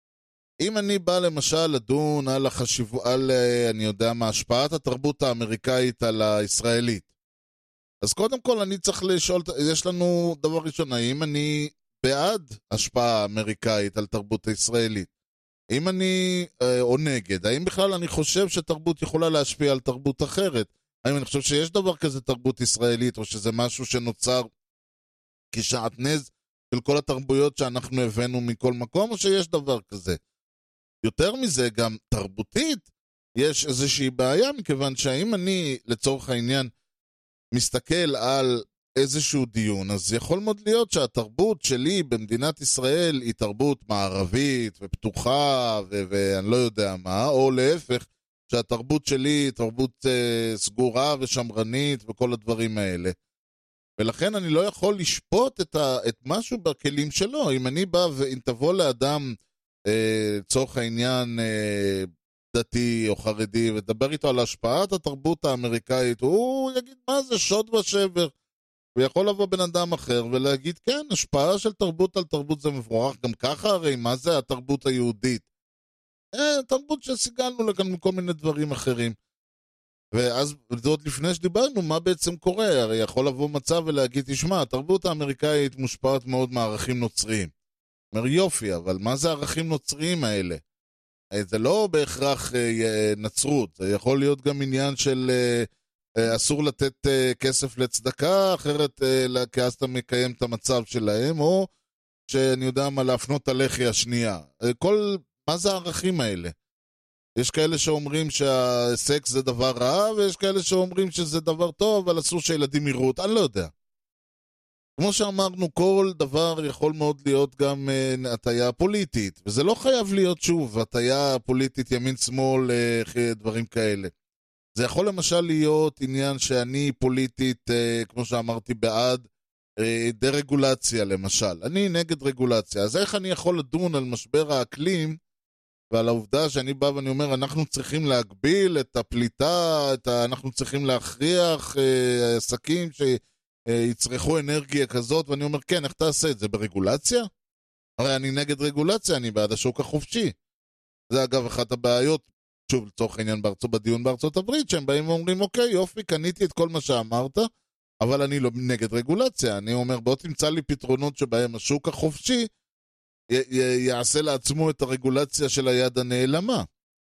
אם אני בא למשל לדון על החשיבות, על, uh, אני יודע מה, השפעת התרבות האמריקאית על הישראלית, אז קודם כל אני צריך לשאול, יש לנו דבר ראשון, האם אני בעד השפעה אמריקאית על תרבות הישראלית? אם אני, או נגד, האם בכלל אני חושב שתרבות יכולה להשפיע על תרבות אחרת? האם אני חושב שיש דבר כזה תרבות ישראלית, או שזה משהו שנוצר כשעטנז של כל התרבויות שאנחנו הבאנו מכל מקום, או שיש דבר כזה? יותר מזה, גם תרבותית, יש איזושהי בעיה, מכיוון שהאם אני, לצורך העניין, מסתכל על איזשהו דיון, אז יכול מאוד להיות שהתרבות שלי במדינת ישראל היא תרבות מערבית ופתוחה ו- ואני לא יודע מה, או להפך, שהתרבות שלי היא תרבות uh, סגורה ושמרנית וכל הדברים האלה. ולכן אני לא יכול לשפוט את, ה- את משהו בכלים שלו. אם אני בא ואם תבוא לאדם, uh, צורך העניין, uh, דתי או חרדי, ודבר איתו על השפעת התרבות האמריקאית, הוא יגיד, מה זה שוד ושבר? ויכול לבוא בן אדם אחר ולהגיד, כן, השפעה של תרבות על תרבות זה מבורך, גם ככה הרי, מה זה התרבות היהודית? אה, תרבות שסיגלנו לכאן מכל מיני דברים אחרים. ואז, זאת לפני שדיברנו, מה בעצם קורה? הרי יכול לבוא מצב ולהגיד, תשמע, התרבות האמריקאית מושפעת מאוד מערכים נוצריים. אומר, יופי, אבל מה זה ערכים נוצריים האלה? זה לא בהכרח אה, נצרות, זה יכול להיות גם עניין של אה, אה, אסור לתת אה, כסף לצדקה, אחרת אה, כי אז אתה מקיים את המצב שלהם, או שאני יודע מה, להפנות הלחי השנייה. אה, כל, מה זה הערכים האלה? יש כאלה שאומרים שהסקס זה דבר רע, ויש כאלה שאומרים שזה דבר טוב, אבל אסור שילדים יראו אותה, אני לא יודע. כמו שאמרנו, כל דבר יכול מאוד להיות גם uh, הטיה פוליטית, וזה לא חייב להיות שוב, הטיה פוליטית ימין-שמאל, uh, דברים כאלה. זה יכול למשל להיות עניין שאני פוליטית, uh, כמו שאמרתי, בעד uh, דה-רגולציה למשל. אני נגד רגולציה, אז איך אני יכול לדון על משבר האקלים, ועל העובדה שאני בא ואני אומר, אנחנו צריכים להגביל את הפליטה, את ה... אנחנו צריכים להכריח uh, עסקים ש... יצרכו אנרגיה כזאת, ואני אומר, כן, איך תעשה את זה? ברגולציה? הרי אני נגד רגולציה, אני בעד השוק החופשי. זה אגב אחת הבעיות, שוב, לצורך העניין בארצות, בדיון בארצות הברית, שהם באים ואומרים, אוקיי, יופי, קניתי את כל מה שאמרת, אבל אני לא נגד רגולציה. אני אומר, בוא תמצא לי פתרונות שבהם השוק החופשי י- י- יעשה לעצמו את הרגולציה של היד הנעלמה.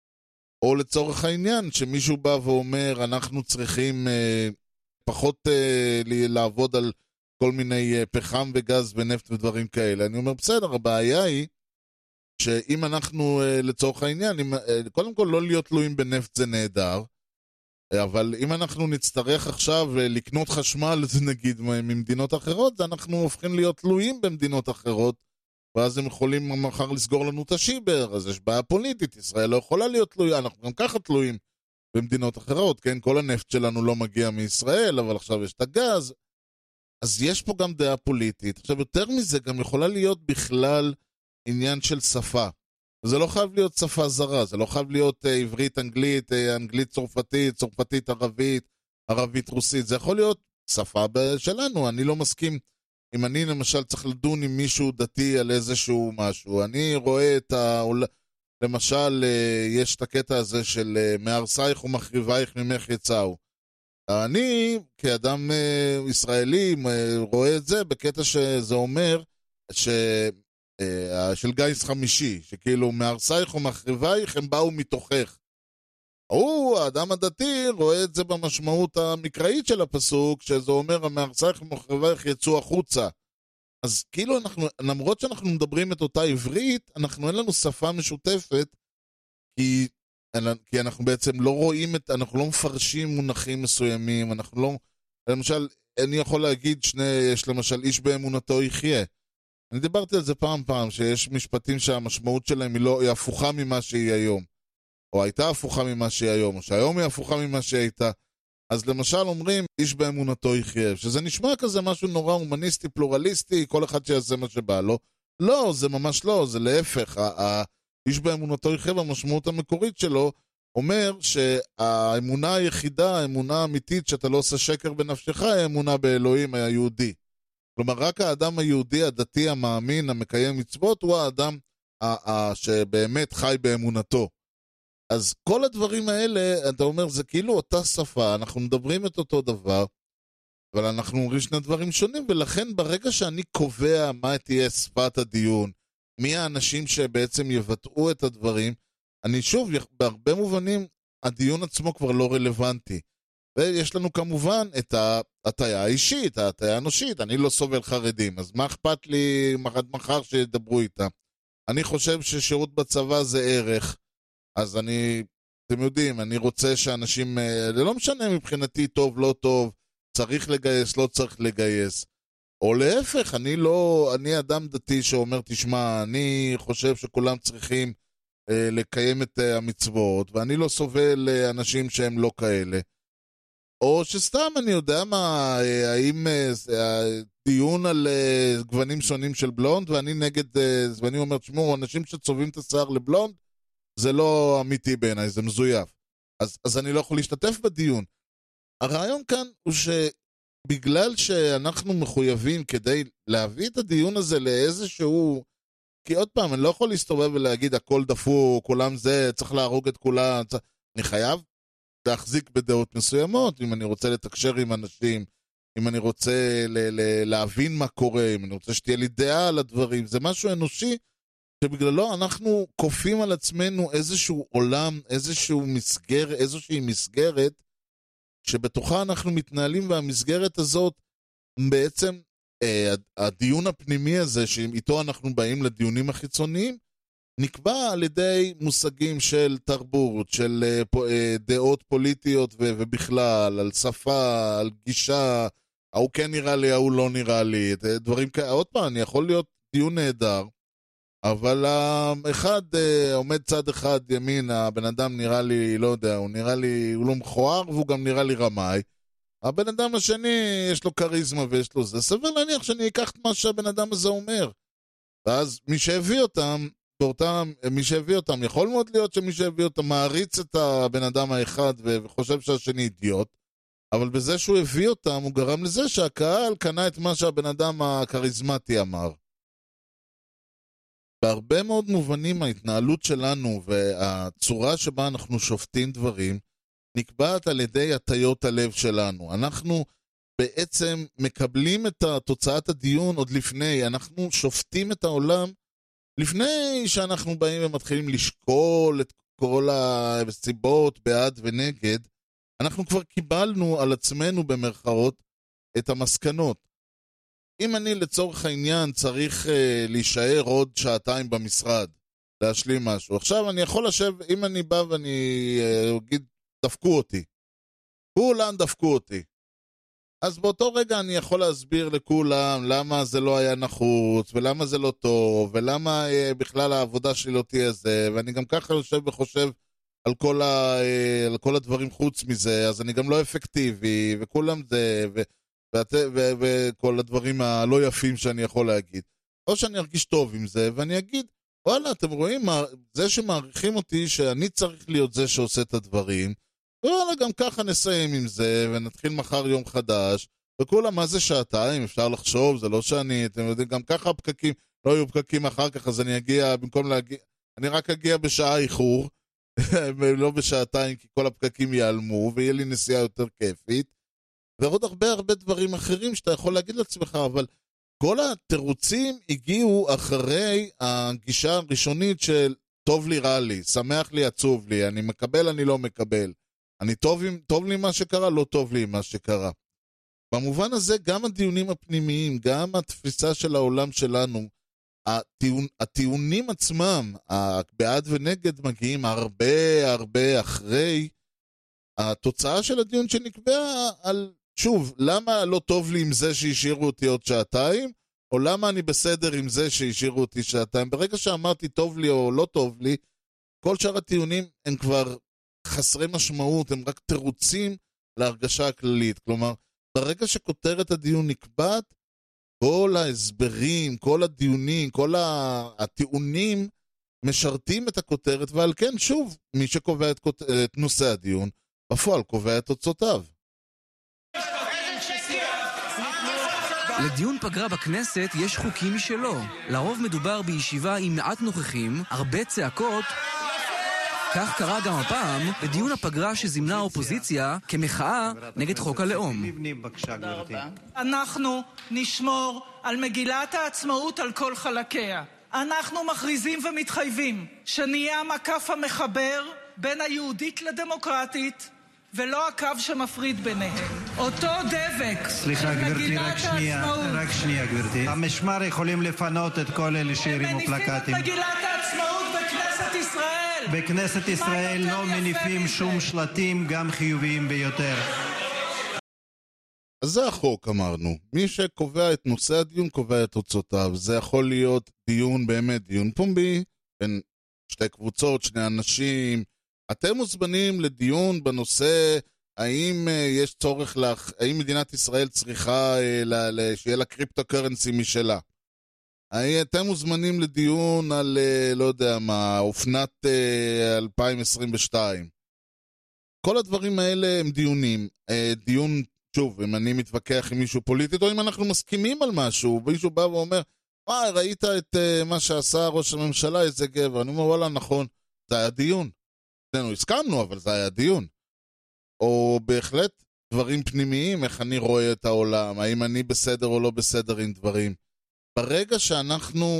או לצורך העניין, שמישהו בא ואומר, אנחנו צריכים... אה, פחות uh, לעבוד על כל מיני uh, פחם וגז ונפט ודברים כאלה. אני אומר, בסדר, הבעיה היא שאם אנחנו לצורך העניין, אם, קודם כל לא להיות תלויים בנפט זה נהדר, אבל אם אנחנו נצטרך עכשיו לקנות חשמל, נגיד, ממדינות אחרות, אנחנו הופכים להיות תלויים במדינות אחרות, ואז הם יכולים מחר לסגור לנו את השיבר, אז יש בעיה פוליטית, ישראל לא יכולה להיות תלויה, אנחנו גם ככה תלויים במדינות אחרות, כן? כל הנפט שלנו לא מגיע מישראל, אבל עכשיו יש את הגז, אז יש פה גם דעה פוליטית. עכשיו, יותר מזה, גם יכולה להיות בכלל עניין של שפה. זה לא חייב להיות שפה זרה, זה לא חייב להיות אה, עברית, אנגלית, אה, אנגלית צרפתית, צרפתית ערבית, ערבית רוסית, זה יכול להיות שפה שלנו. אני לא מסכים, אם אני למשל צריך לדון עם מישהו דתי על איזשהו משהו, אני רואה את ה... למשל, אה, יש את הקטע הזה של אה, מהרסייך ומחריבייך ממך יצאו. אני, כאדם אה, ישראלי, אה, רואה את זה בקטע שזה אומר ש... של גייס חמישי, שכאילו מהרסייך ומחריבייך הם באו מתוכך. הוא, האדם הדתי, רואה את זה במשמעות המקראית של הפסוק, שזה אומר מהרסייך ומחריבייך יצאו החוצה. אז כאילו אנחנו, למרות שאנחנו מדברים את אותה עברית, אנחנו אין לנו שפה משותפת, כי, כי אנחנו בעצם לא רואים את, אנחנו לא מפרשים מונחים מסוימים, אנחנו לא, למשל, אני יכול להגיד שני, יש למשל איש באמונתו יחיה. אני דיברתי על זה פעם פעם, שיש משפטים שהמשמעות שלהם היא, לא, היא הפוכה ממה שהיא היום. או הייתה הפוכה ממה שהיא היום, או שהיום היא הפוכה ממה שהיא הייתה. אז למשל אומרים, איש באמונתו יחיה, שזה נשמע כזה משהו נורא הומניסטי, פלורליסטי, כל אחד שיעשה מה שבא לו. לא, זה ממש לא, זה להפך. האיש באמונתו יחיה, והמשמעות המקורית שלו, אומר שהאמונה היחידה, האמונה האמיתית שאתה לא עושה שקר בנפשך, היא האמונה באלוהים היהודי. כלומר, רק האדם היהודי, הדתי, המאמין, המקיים מצוות, הוא האדם ה- ה- שבאמת חי באמונתו. אז כל הדברים האלה, אתה אומר, זה כאילו אותה שפה, אנחנו מדברים את אותו דבר, אבל אנחנו אומרים שני דברים שונים, ולכן ברגע שאני קובע מה תהיה שפת הדיון, מי האנשים שבעצם יבטאו את הדברים, אני שוב, בהרבה מובנים, הדיון עצמו כבר לא רלוונטי. ויש לנו כמובן את ההטיה האישית, ההטיה האנושית, אני לא סובל חרדים, אז מה אכפת לי מחד מחר שידברו איתם? אני חושב ששירות בצבא זה ערך, אז אני, אתם יודעים, אני רוצה שאנשים, זה לא משנה מבחינתי טוב, לא טוב, צריך לגייס, לא צריך לגייס. או להפך, אני לא, אני אדם דתי שאומר, תשמע, אני חושב שכולם צריכים אה, לקיים את אה, המצוות, ואני לא סובל אה, אנשים שהם לא כאלה. או שסתם אני יודע מה, האם דיון על גוונים שונים של בלונד, ואני נגד, ואני אומר, תשמעו, אנשים שצובעים את השיער לבלונד, זה לא אמיתי בעיניי, זה מזויף. אז, אז אני לא יכול להשתתף בדיון. הרעיון כאן הוא שבגלל שאנחנו מחויבים כדי להביא את הדיון הזה לאיזשהו, כי עוד פעם, אני לא יכול להסתובב ולהגיד, הכל דפוק, כולם זה, צריך להרוג את כולם, צריך... אני חייב להחזיק בדעות מסוימות, אם אני רוצה לתקשר עם אנשים, אם אני רוצה ל- ל- להבין מה קורה, אם אני רוצה שתהיה לי דעה על הדברים, זה משהו אנושי שבגללו אנחנו קופים על עצמנו איזשהו עולם, איזשהו מסגר, איזושהי מסגרת, שבתוכה אנחנו מתנהלים, והמסגרת הזאת בעצם, אה, הדיון הפנימי הזה, שאיתו אנחנו באים לדיונים החיצוניים, נקבע על ידי מושגים של תרבות, של דעות פוליטיות ובכלל, על שפה, על גישה, ההוא כן נראה לי, ההוא לא נראה לי, דברים כאלה. עוד פעם, אני יכול להיות דיון נהדר, אבל אחד עומד צד אחד ימין, הבן אדם נראה לי, לא יודע, הוא נראה לי, הוא לא מכוער והוא גם נראה לי רמאי. הבן אדם השני יש לו קריזמה ויש לו זה. סביר להניח שאני אקח את מה שהבן אדם הזה אומר. ואז מי שהביא אותם, באותם, מי שהביא אותם, יכול מאוד להיות שמי שהביא אותם מעריץ את הבן אדם האחד וחושב שהשני אידיוט, אבל בזה שהוא הביא אותם הוא גרם לזה שהקהל קנה את מה שהבן אדם הקריזמטי אמר. בהרבה מאוד מובנים ההתנהלות שלנו והצורה שבה אנחנו שופטים דברים נקבעת על ידי הטיות הלב שלנו. אנחנו בעצם מקבלים את תוצאת הדיון עוד לפני, אנחנו שופטים את העולם לפני שאנחנו באים ומתחילים לשקול את כל הסיבות בעד ונגד, אנחנו כבר קיבלנו על עצמנו במרכאות את המסקנות. אם אני לצורך העניין צריך uh, להישאר עוד שעתיים במשרד, להשלים משהו. עכשיו אני יכול לשב, אם אני בא ואני אגיד, דפקו אותי. כולם דפקו אותי. אז באותו רגע אני יכול להסביר לכולם למה זה לא היה נחוץ, ולמה זה לא טוב, ולמה בכלל העבודה שלי לא תהיה זה, ואני גם ככה יושב וחושב על כל, ה, על כל הדברים חוץ מזה, אז אני גם לא אפקטיבי, וכולם זה, ו, ו, ו, וכל הדברים הלא יפים שאני יכול להגיד. או שאני ארגיש טוב עם זה, ואני אגיד, וואלה, אתם רואים, זה שמעריכים אותי שאני צריך להיות זה שעושה את הדברים, וואלה, גם ככה נסיים עם זה, ונתחיל מחר יום חדש, וכולם, מה זה שעתיים? אפשר לחשוב, זה לא שאני, אתם יודעים, גם ככה הפקקים, לא יהיו פקקים אחר כך, אז אני אגיע, במקום להגיע, אני רק אגיע בשעה איחור, ולא בשעתיים, כי כל הפקקים ייעלמו, ויהיה לי נסיעה יותר כיפית, ועוד הרבה הרבה דברים אחרים שאתה יכול להגיד לעצמך, אבל כל התירוצים הגיעו אחרי הגישה הראשונית של טוב לי, רע לי, שמח לי, עצוב לי, אני מקבל, אני לא מקבל. אני טוב, טוב לי מה שקרה, לא טוב לי מה שקרה. במובן הזה, גם הדיונים הפנימיים, גם התפיסה של העולם שלנו, הטיעון, הטיעונים עצמם, בעד ונגד, מגיעים הרבה הרבה אחרי התוצאה של הדיון שנקבע על, שוב, למה לא טוב לי עם זה שהשאירו אותי עוד שעתיים, או למה אני בסדר עם זה שהשאירו אותי שעתיים. ברגע שאמרתי טוב לי או לא טוב לי, כל שאר הטיעונים הם כבר חסרי משמעות, הם רק תירוצים להרגשה הכללית. כלומר, ברגע שכותרת הדיון נקבעת, כל ההסברים, כל הדיונים, כל הטיעונים משרתים את הכותרת, ועל כן, שוב, מי שקובע את, כות... את נושא הדיון, בפועל קובע את תוצאותיו. לדיון פגרה בכנסת יש חוקים משלו. לרוב מדובר בישיבה עם מעט נוכחים, הרבה צעקות. כך קרה גם הפעם בדיון הפגרה שזימנה האופוזיציה כמחאה נגד חוק הלאום. אנחנו נשמור על מגילת העצמאות על כל חלקיה. אנחנו מכריזים ומתחייבים שנהיה המקף המחבר בין היהודית לדמוקרטית, ולא הקו שמפריד ביניהם. אותו דבק סליחה גברתי, רק שנייה, רק שנייה גברתי. המשמר יכולים לפנות את כל אלה שהרימו פלקטים. הם מניפים את מגילת העצמאות בכנסת ישראל. בכנסת ישראל לא מניפים שום שלטים, גם חיוביים ביותר. אז זה החוק, אמרנו. מי שקובע את נושא הדיון קובע את תוצאותיו. זה יכול להיות דיון, באמת דיון פומבי, בין שתי קבוצות, שני אנשים. אתם מוזמנים לדיון בנושא האם יש צורך, לך, האם מדינת ישראל צריכה שיהיה לה קריפטו-קרנסי משלה. אתם מוזמנים לדיון על, לא יודע מה, אופנת אלפיים עשרים ושתיים. כל הדברים האלה הם דיונים. דיון, שוב, אם אני מתווכח עם מישהו פוליטית, או אם אנחנו מסכימים על משהו, מישהו בא ואומר, וואי, ראית את מה שעשה ראש הממשלה, איזה גבר. אני אומר, וואלה, נכון, זה היה דיון. אנחנו הסכמנו, אבל זה היה דיון. או בהחלט דברים פנימיים, איך אני רואה את העולם, האם אני בסדר או לא בסדר עם דברים. ברגע שאנחנו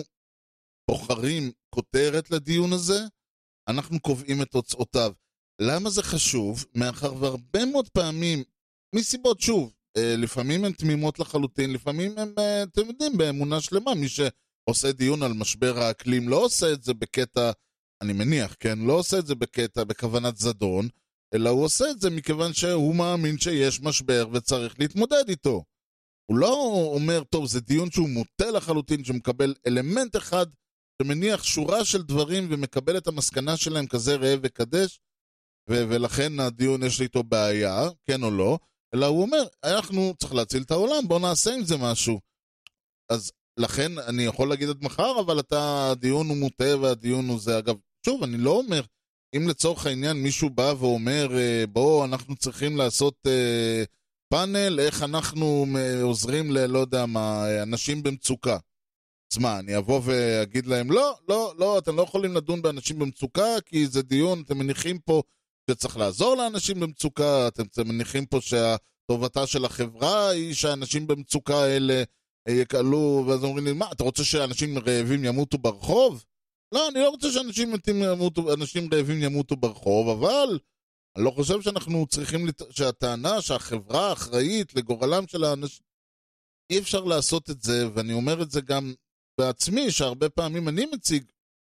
בוחרים כותרת לדיון הזה, אנחנו קובעים את תוצאותיו. למה זה חשוב? מאחר והרבה מאוד פעמים, מסיבות שוב, לפעמים הן תמימות לחלוטין, לפעמים הן, אתם יודעים, באמונה שלמה, מי שעושה דיון על משבר האקלים לא עושה את זה בקטע, אני מניח, כן, לא עושה את זה בקטע, בכוונת זדון, אלא הוא עושה את זה מכיוון שהוא מאמין שיש משבר וצריך להתמודד איתו. הוא לא אומר, טוב, זה דיון שהוא מוטה לחלוטין, שמקבל אלמנט אחד, שמניח שורה של דברים ומקבל את המסקנה שלהם כזה ראה וקדש, ו- ולכן הדיון יש לי איתו בעיה, כן או לא, אלא הוא אומר, אנחנו צריך להציל את העולם, בוא נעשה עם זה משהו. אז לכן אני יכול להגיד עד מחר, אבל אתה, הדיון הוא מוטה והדיון הוא זה. אגב, שוב, אני לא אומר, אם לצורך העניין מישהו בא ואומר, בוא, אנחנו צריכים לעשות אה, פאנל, איך אנחנו עוזרים ל, לא יודע מה, אנשים במצוקה. אז מה, אני אבוא ואגיד להם, לא, לא, לא, אתם לא יכולים לדון באנשים במצוקה, כי זה דיון, אתם מניחים פה שצריך לעזור לאנשים במצוקה, אתם, אתם מניחים פה שהטובתה של החברה היא שהאנשים במצוקה האלה יקלו, ואז אומרים לי, מה, אתה רוצה שאנשים רעבים ימותו ברחוב? לא, אני לא רוצה שאנשים ימותו, אנשים רעבים ימותו ברחוב, אבל אני לא חושב שאנחנו צריכים, לת... שהטענה שהחברה אחראית לגורלם של האנשים, אי אפשר לעשות את זה, ואני אומר את זה גם בעצמי, שהרבה פעמים אני מציג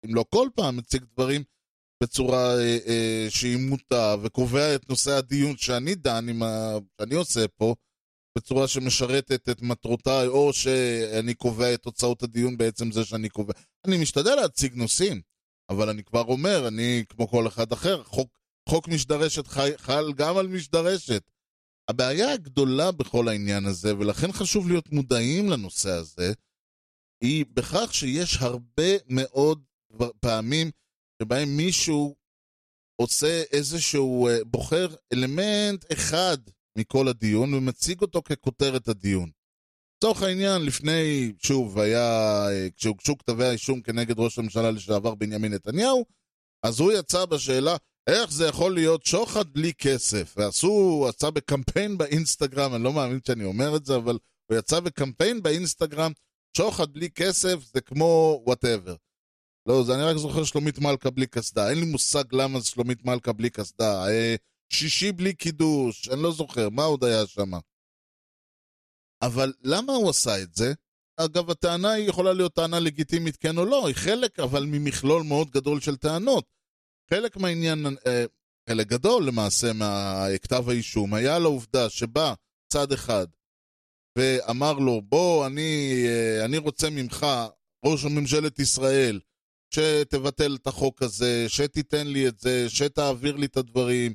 אם לא כל פעם, מציג דברים בצורה אה, אה, שהיא מוטה, וקובע את נושא הדיון שאני דן, עם ה... שאני עושה פה, בצורה שמשרתת את מטרותיי, או שאני קובע את תוצאות הדיון בעצם זה שאני קובע. אני משתדל להציג נושאים, אבל אני כבר אומר, אני כמו כל אחד אחר, חוק, חוק משדרשת חי, חל גם על משדרשת. הבעיה הגדולה בכל העניין הזה, ולכן חשוב להיות מודעים לנושא הזה, היא בכך שיש הרבה מאוד פעמים שבהם מישהו עושה איזשהו, בוחר אלמנט אחד מכל הדיון ומציג אותו ככותרת הדיון. לצורך העניין, לפני, שוב, היה, כשהוגשו כתבי האישום כנגד ראש הממשלה לשעבר בנימין נתניהו, אז הוא יצא בשאלה, איך זה יכול להיות שוחד בלי כסף? ועשו, הוא יצא בקמפיין באינסטגרם, אני לא מאמין שאני אומר את זה, אבל הוא יצא בקמפיין באינסטגרם, שוחד בלי כסף זה כמו whatever. לא, זה אני רק זוכר שלומית מלכה בלי כסדה, אין לי מושג למה זה שלומית מלכה בלי כסדה, שישי בלי קידוש, אני לא זוכר, מה עוד היה שם? אבל למה הוא עשה את זה? אגב, הטענה היא יכולה להיות טענה לגיטימית כן או לא, היא חלק אבל ממכלול מאוד גדול של טענות. חלק מהעניין, חלק גדול למעשה מהכתב האישום, היה לעובדה שבא צד אחד ואמר לו, בוא, אני, אני רוצה ממך, ראש הממשלת ישראל, שתבטל את החוק הזה, שתיתן לי את זה, שתעביר לי את הדברים,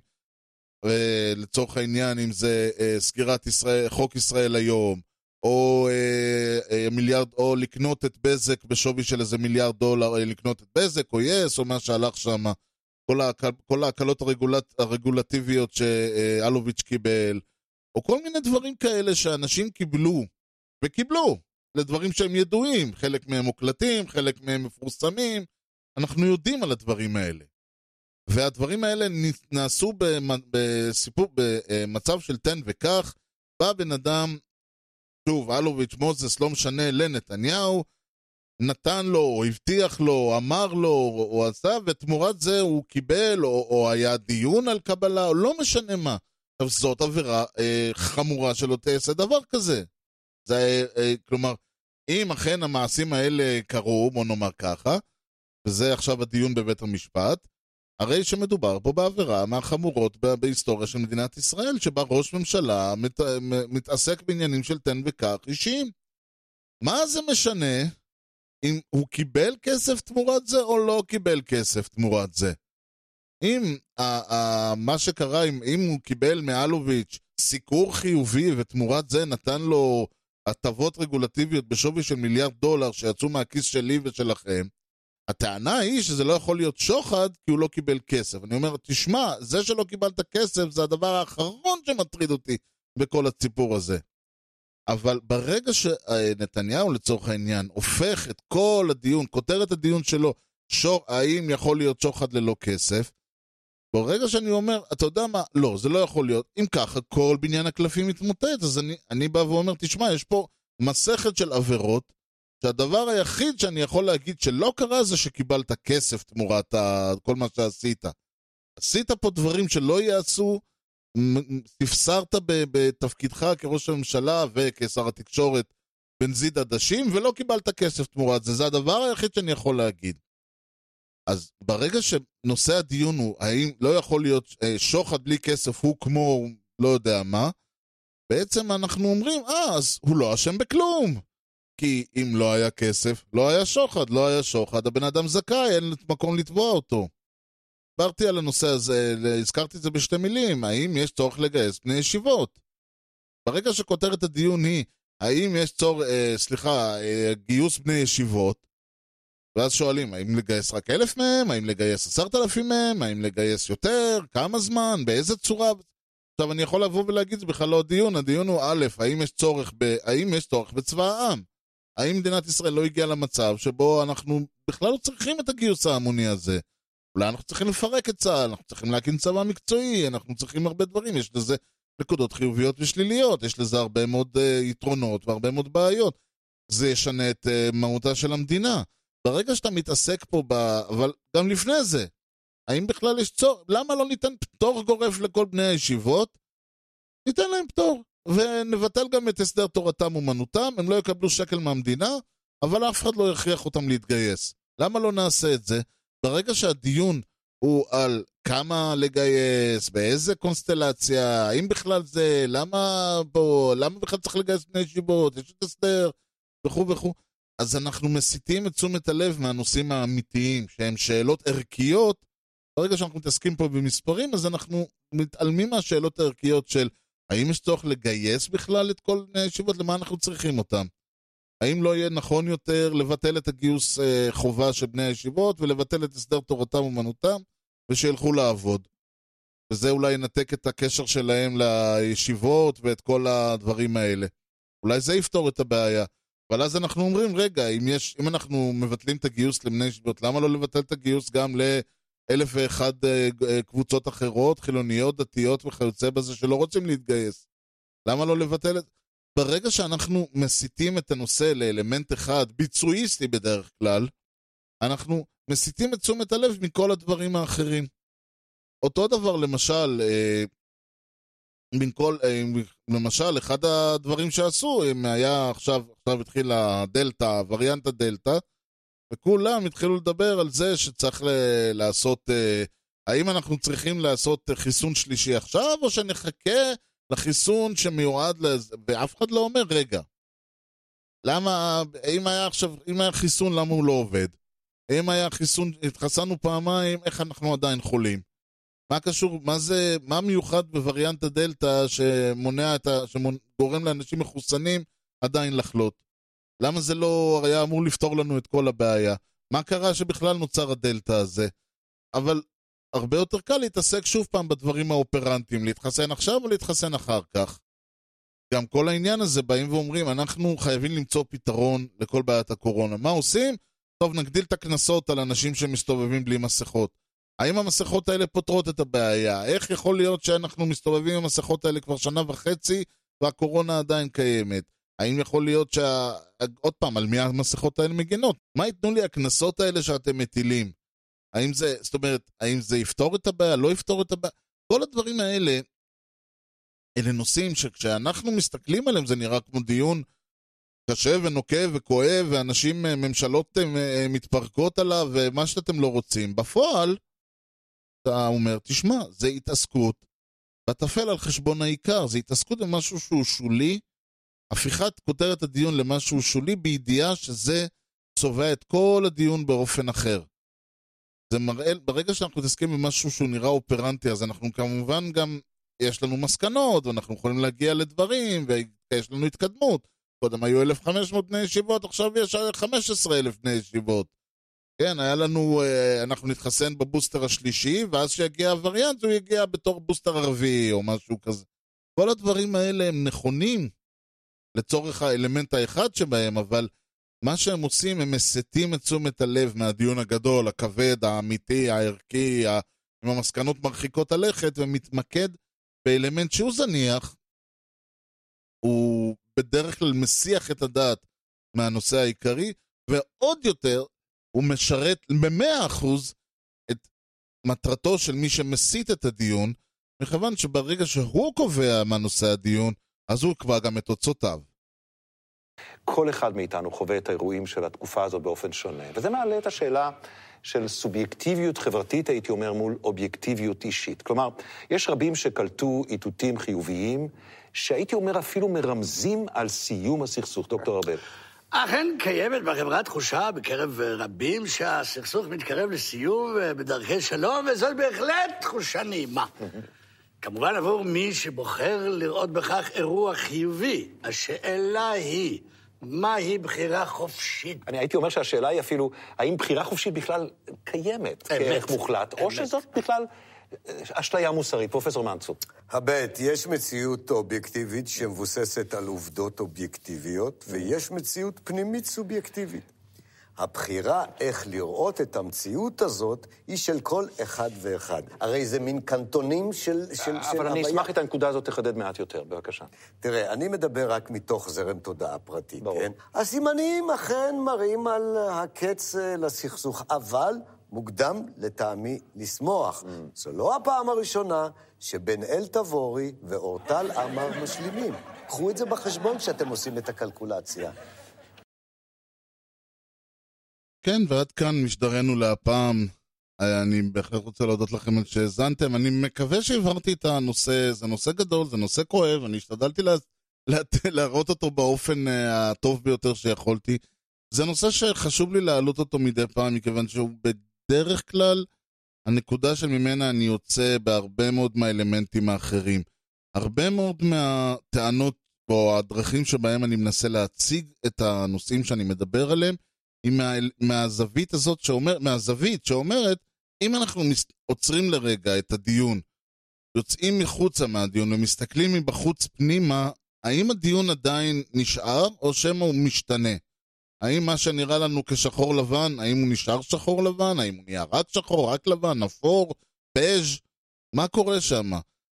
לצורך העניין, אם זה סגירת ישראל, חוק ישראל היום, או מיליארד, או לקנות את בזק בשווי של איזה מיליארד דולר, לקנות את בזק או יס, או מה שהלך שם, כל, ההקל, כל ההקלות הרגולט, הרגולטיביות שאלוביץ' קיבל, או כל מיני דברים כאלה שאנשים קיבלו, וקיבלו, לדברים שהם ידועים, חלק מהם מוקלטים, חלק מהם מפורסמים, אנחנו יודעים על הדברים האלה. והדברים האלה נעשו בסיפור, במצב של תן וכך, בא בן אדם, שוב, אלוביץ' מוזס, לא משנה, לנתניהו, נתן לו, או הבטיח לו, אמר לו, או עשה, ותמורת זה הוא קיבל, או, או היה דיון על קבלה, או לא משנה מה. עכשיו, זאת עבירה אה, חמורה שלא תעשה דבר כזה. זה, אה, כלומר, אם אכן המעשים האלה קרו, בוא נאמר ככה, וזה עכשיו הדיון בבית המשפט, הרי שמדובר פה בעבירה מהחמורות בהיסטוריה של מדינת ישראל, שבה ראש ממשלה מת, מתעסק בעניינים של תן וכך אישיים. מה זה משנה אם הוא קיבל כסף תמורת זה או לא קיבל כסף תמורת זה? אם ה, ה, מה שקרה, אם, אם הוא קיבל מאלוביץ' סיקור חיובי ותמורת זה נתן לו הטבות רגולטיביות בשווי של מיליארד דולר שיצאו מהכיס שלי ושלכם, הטענה היא שזה לא יכול להיות שוחד כי הוא לא קיבל כסף. אני אומר, תשמע, זה שלא קיבלת כסף זה הדבר האחרון שמטריד אותי בכל הציפור הזה. אבל ברגע שנתניהו לצורך העניין הופך את כל הדיון, כותרת הדיון שלו, שור, האם יכול להיות שוחד ללא כסף, ברגע שאני אומר, אתה יודע מה, לא, זה לא יכול להיות. אם ככה, כל בניין הקלפים מתמוטט, אז אני, אני בא ואומר, תשמע, יש פה מסכת של עבירות, שהדבר היחיד שאני יכול להגיד שלא קרה זה שקיבלת כסף תמורת כל מה שעשית. עשית פה דברים שלא יעשו, תפסרת בתפקידך כראש הממשלה וכשר התקשורת בנזיד עדשים, ולא קיבלת כסף תמורת זה. זה הדבר היחיד שאני יכול להגיד. אז ברגע שנושא הדיון הוא, האם לא יכול להיות שוחד בלי כסף הוא כמו לא יודע מה, בעצם אנחנו אומרים, אה, אז הוא לא אשם בכלום. כי אם לא היה כסף, לא היה שוחד, לא היה שוחד, הבן אדם זכאי, אין מקום לתבוע אותו. דיברתי על הנושא הזה, הזכרתי את זה בשתי מילים, האם יש צורך לגייס בני ישיבות? ברגע שכותרת הדיון היא, האם יש צורך, אה, סליחה, אה, גיוס בני ישיבות, ואז שואלים, האם לגייס רק אלף מהם, האם לגייס עשרת אלפים מהם, האם לגייס יותר, כמה זמן, באיזה צורה? עכשיו אני יכול לבוא ולהגיד, זה בכלל לא הדיון, הדיון הוא א', האם יש צורך, ב, האם יש צורך בצבא העם? האם מדינת ישראל לא הגיעה למצב שבו אנחנו בכלל לא צריכים את הגיוס ההמוני הזה? אולי אנחנו צריכים לפרק את צה"ל, אנחנו צריכים להקים צבא מקצועי, אנחנו צריכים הרבה דברים, יש לזה נקודות חיוביות ושליליות, יש לזה הרבה מאוד uh, יתרונות והרבה מאוד בעיות. זה ישנה את uh, מהותה של המדינה. ברגע שאתה מתעסק פה, ב... אבל גם לפני זה, האם בכלל יש צורך? למה לא ניתן פטור גורף לכל בני הישיבות? ניתן להם פטור. ונבטל גם את הסדר תורתם אומנותם, הם לא יקבלו שקל מהמדינה, אבל אף אחד לא יכריח אותם להתגייס. למה לא נעשה את זה? ברגע שהדיון הוא על כמה לגייס, באיזה קונסטלציה, האם בכלל זה, למה בו, למה בכלל צריך לגייס בני ישיבות, יש את הסדר, וכו' וכו'. אז אנחנו מסיטים את תשומת הלב מהנושאים האמיתיים, שהם שאלות ערכיות. ברגע שאנחנו מתעסקים פה במספרים, אז אנחנו מתעלמים מהשאלות הערכיות של האם יש צורך לגייס בכלל את כל בני הישיבות, למה אנחנו צריכים אותם? האם לא יהיה נכון יותר לבטל את הגיוס אה, חובה של בני הישיבות, ולבטל את הסדר תורתם אומנותם, ושילכו לעבוד. וזה אולי ינתק את הקשר שלהם לישיבות, ואת כל הדברים האלה. אולי זה יפתור את הבעיה. אבל אז אנחנו אומרים, רגע, אם, יש, אם אנחנו מבטלים את הגיוס לבני ישיבות, למה לא לבטל את הגיוס גם לאלף ואחת קבוצות אחרות, חילוניות, דתיות וכיוצא בזה, שלא רוצים להתגייס? למה לא לבטל את... ברגע שאנחנו מסיטים את הנושא לאלמנט אחד, ביצועיסטי בדרך כלל, אנחנו מסיטים את תשומת הלב מכל הדברים האחרים. אותו דבר למשל, אה, מכל, אה, למשל, אחד הדברים שעשו, אם היה עכשיו, עכשיו התחיל הדלטה, וריאנט הדלטה, וכולם התחילו לדבר על זה שצריך ל- לעשות, אה, האם אנחנו צריכים לעשות חיסון שלישי עכשיו, או שנחכה לחיסון שמיועד לזה, ואף אחד לא אומר, רגע, למה, אם היה עכשיו, אם היה חיסון, למה הוא לא עובד? אם היה חיסון, התחסנו פעמיים, איך אנחנו עדיין חולים? מה קשור, מה זה, מה מיוחד בווריאנט הדלטה שמונע את ה, שגורם לאנשים מחוסנים עדיין לחלות? למה זה לא היה אמור לפתור לנו את כל הבעיה? מה קרה שבכלל נוצר הדלטה הזה? אבל הרבה יותר קל להתעסק שוב פעם בדברים האופרנטיים, להתחסן עכשיו או להתחסן אחר כך. גם כל העניין הזה באים ואומרים, אנחנו חייבים למצוא פתרון לכל בעיית הקורונה. מה עושים? טוב, נגדיל את הכנסות על אנשים שמסתובבים בלי מסכות. האם המסכות האלה פותרות את הבעיה? איך יכול להיות שאנחנו מסתובבים עם המסכות האלה כבר שנה וחצי והקורונה עדיין קיימת? האם יכול להיות שה... עוד פעם, על מי המסכות האלה מגינות? מה יתנו לי הכנסות האלה שאתם מטילים? האם זה, זאת אומרת, האם זה יפתור את הבעיה? לא יפתור את הבעיה? כל הדברים האלה, אלה נושאים שכשאנחנו מסתכלים עליהם זה נראה כמו דיון קשה ונוקב וכואב, ואנשים, ממשלות מתפרקות עליו, ומה שאתם לא רוצים. בפועל, אתה אומר, תשמע, זה התעסקות בתפל על חשבון העיקר, זה התעסקות במשהו שהוא שולי, הפיכת כותרת הדיון למשהו שולי, בידיעה שזה צובע את כל הדיון באופן אחר. זה מראה, ברגע שאנחנו מתעסקים במשהו שהוא נראה אופרנטי, אז אנחנו כמובן גם, יש לנו מסקנות, ואנחנו יכולים להגיע לדברים, ויש לנו התקדמות. קודם היו אלף וחמש מאות בני ישיבות, עכשיו יש חמישה עשר אלף בני ישיבות. כן, היה לנו, אנחנו נתחסן בבוסטר השלישי, ואז שיגיע הווריאנט, הוא יגיע בתור בוסטר הרביעי, או משהו כזה. כל הדברים האלה הם נכונים, לצורך האלמנט האחד שבהם, אבל מה שהם עושים, הם מסתים את תשומת הלב מהדיון הגדול, הכבד, האמיתי, הערכי, עם המסקנות מרחיקות הלכת, ומתמקד באלמנט שהוא זניח, הוא בדרך כלל מסיח את הדעת מהנושא העיקרי, ועוד יותר, הוא משרת ב-מאה אחוז את מטרתו של מי שמסית את הדיון, מכיוון שברגע שהוא קובע מהנושא הדיון, אז הוא קבע גם את תוצאותיו. כל אחד מאיתנו חווה את האירועים של התקופה הזאת באופן שונה, וזה מעלה את השאלה של סובייקטיביות חברתית, הייתי אומר, מול אובייקטיביות אישית. כלומר, יש רבים שקלטו איתותים חיוביים, שהייתי אומר אפילו מרמזים על סיום הסכסוך. דוקטור ארבל. אכן קיימת בחברה תחושה בקרב רבים שהסכסוך מתקרב לסיום בדרכי שלום, וזאת בהחלט תחושה נעימה. כמובן עבור מי שבוחר לראות בכך אירוע חיובי. השאלה היא, מהי בחירה חופשית? אני הייתי אומר שהשאלה היא אפילו, האם בחירה חופשית בכלל קיימת כערך מוחלט, או שזאת בכלל אשליה מוסרית. פרופסור מנצור. הבט, יש מציאות אובייקטיבית שמבוססת על עובדות אובייקטיביות, ויש מציאות פנימית סובייקטיבית. הבחירה איך לראות את המציאות הזאת היא של כל אחד ואחד. הרי זה מין קנטונים של... של אבל אני אשמח את הנקודה הזאת תחדד מעט יותר, בבקשה. תראה, אני מדבר רק מתוך זרם תודעה פרטי, כן? הסימנים אכן מראים על הקץ לסכסוך, אבל מוקדם לטעמי לשמוח. Mm. זו לא הפעם הראשונה שבן אל תבורי ואורטל עמר משלימים. קחו את זה בחשבון כשאתם עושים את הקלקולציה. כן, ועד כאן משדרנו להפעם. אני בהחלט רוצה להודות לכם על שהזנתם. אני מקווה שהעברתי את הנושא, זה נושא גדול, זה נושא כואב, אני השתדלתי לה, לה, להראות אותו באופן הטוב ביותר שיכולתי. זה נושא שחשוב לי להעלות אותו מדי פעם, מכיוון שהוא בדרך כלל הנקודה שממנה אני יוצא בהרבה מאוד מהאלמנטים האחרים. הרבה מאוד מהטענות או הדרכים שבהם אני מנסה להציג את הנושאים שאני מדבר עליהם, היא מה, מהזווית הזאת שאומר, מהזווית שאומרת, אם אנחנו עוצרים לרגע את הדיון, יוצאים מחוצה מהדיון ומסתכלים מבחוץ פנימה, האם הדיון עדיין נשאר או שמה הוא משתנה? האם מה שנראה לנו כשחור לבן, האם הוא נשאר שחור לבן? האם הוא נהיה רק שחור, רק לבן, אפור, בז'? מה קורה שם?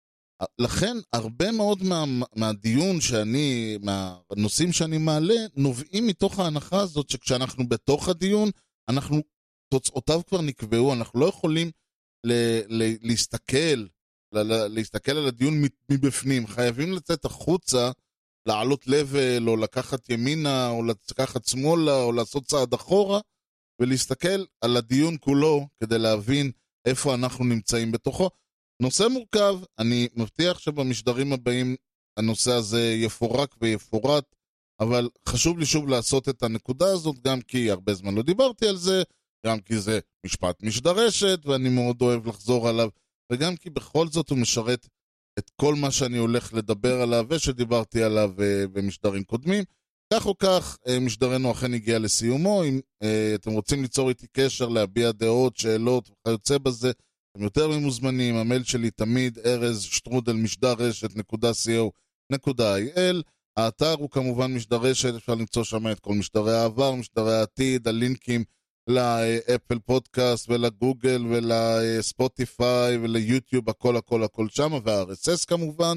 לכן הרבה מאוד מה, מהדיון שאני, מהנושאים שאני מעלה, נובעים מתוך ההנחה הזאת שכשאנחנו בתוך הדיון, אנחנו, תוצאותיו כבר נקבעו, אנחנו לא יכולים ל, ל, להסתכל, ל, להסתכל על הדיון מבפנים, חייבים לצאת החוצה, לעלות לבל, או לקחת ימינה, או לקחת שמאלה, או לעשות צעד אחורה, ולהסתכל על הדיון כולו, כדי להבין איפה אנחנו נמצאים בתוכו. נושא מורכב, אני מבטיח שבמשדרים הבאים הנושא הזה יפורק ויפורט, אבל חשוב לי שוב לעשות את הנקודה הזאת, גם כי הרבה זמן לא דיברתי על זה, גם כי זה משפט משדרשת, ואני מאוד אוהב לחזור עליו, וגם כי בכל זאת הוא משרת את כל מה שאני הולך לדבר עליו, ושדיברתי עליו במשדרים קודמים. כך או כך, משדרנו אכן הגיע לסיומו. אם אתם רוצים ליצור איתי קשר, להביע דעות, שאלות וכיוצא בזה, אתם יותר ממוזמנים. המייל שלי תמיד ארז שטרודל משדרשת נקודה סי או נקודה איי אל. האתר הוא כמובן משדרשת, אפשר למצוא שם את כל משדרי העבר, משדרי העתיד, הלינקים לאפל פודקאסט ולגוגל ולספוטיפיי וליוטיוב, הכל הכל הכל שם, וה-אר אס אס כמובן.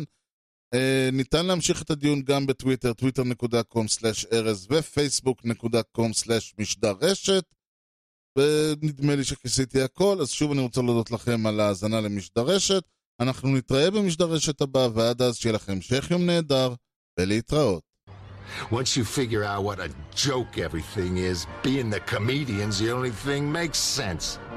ניתן להמשיך את הדיון גם בטוויטר, טוויטר נקודה קום סלש ארז ופייסבוק נקודה קום סלש משדרשת. ונדמה לי שכיסיתי הכל, אז שוב אני רוצה להודות לכם על ההאזנה למשדרשת. אנחנו נתראה במשדרשת הבא, ועד אז שיהיה לכם המשך יום נהדר ולהתראות. Once you figure out what a joke everything is, being the comedian's the only thing makes sense.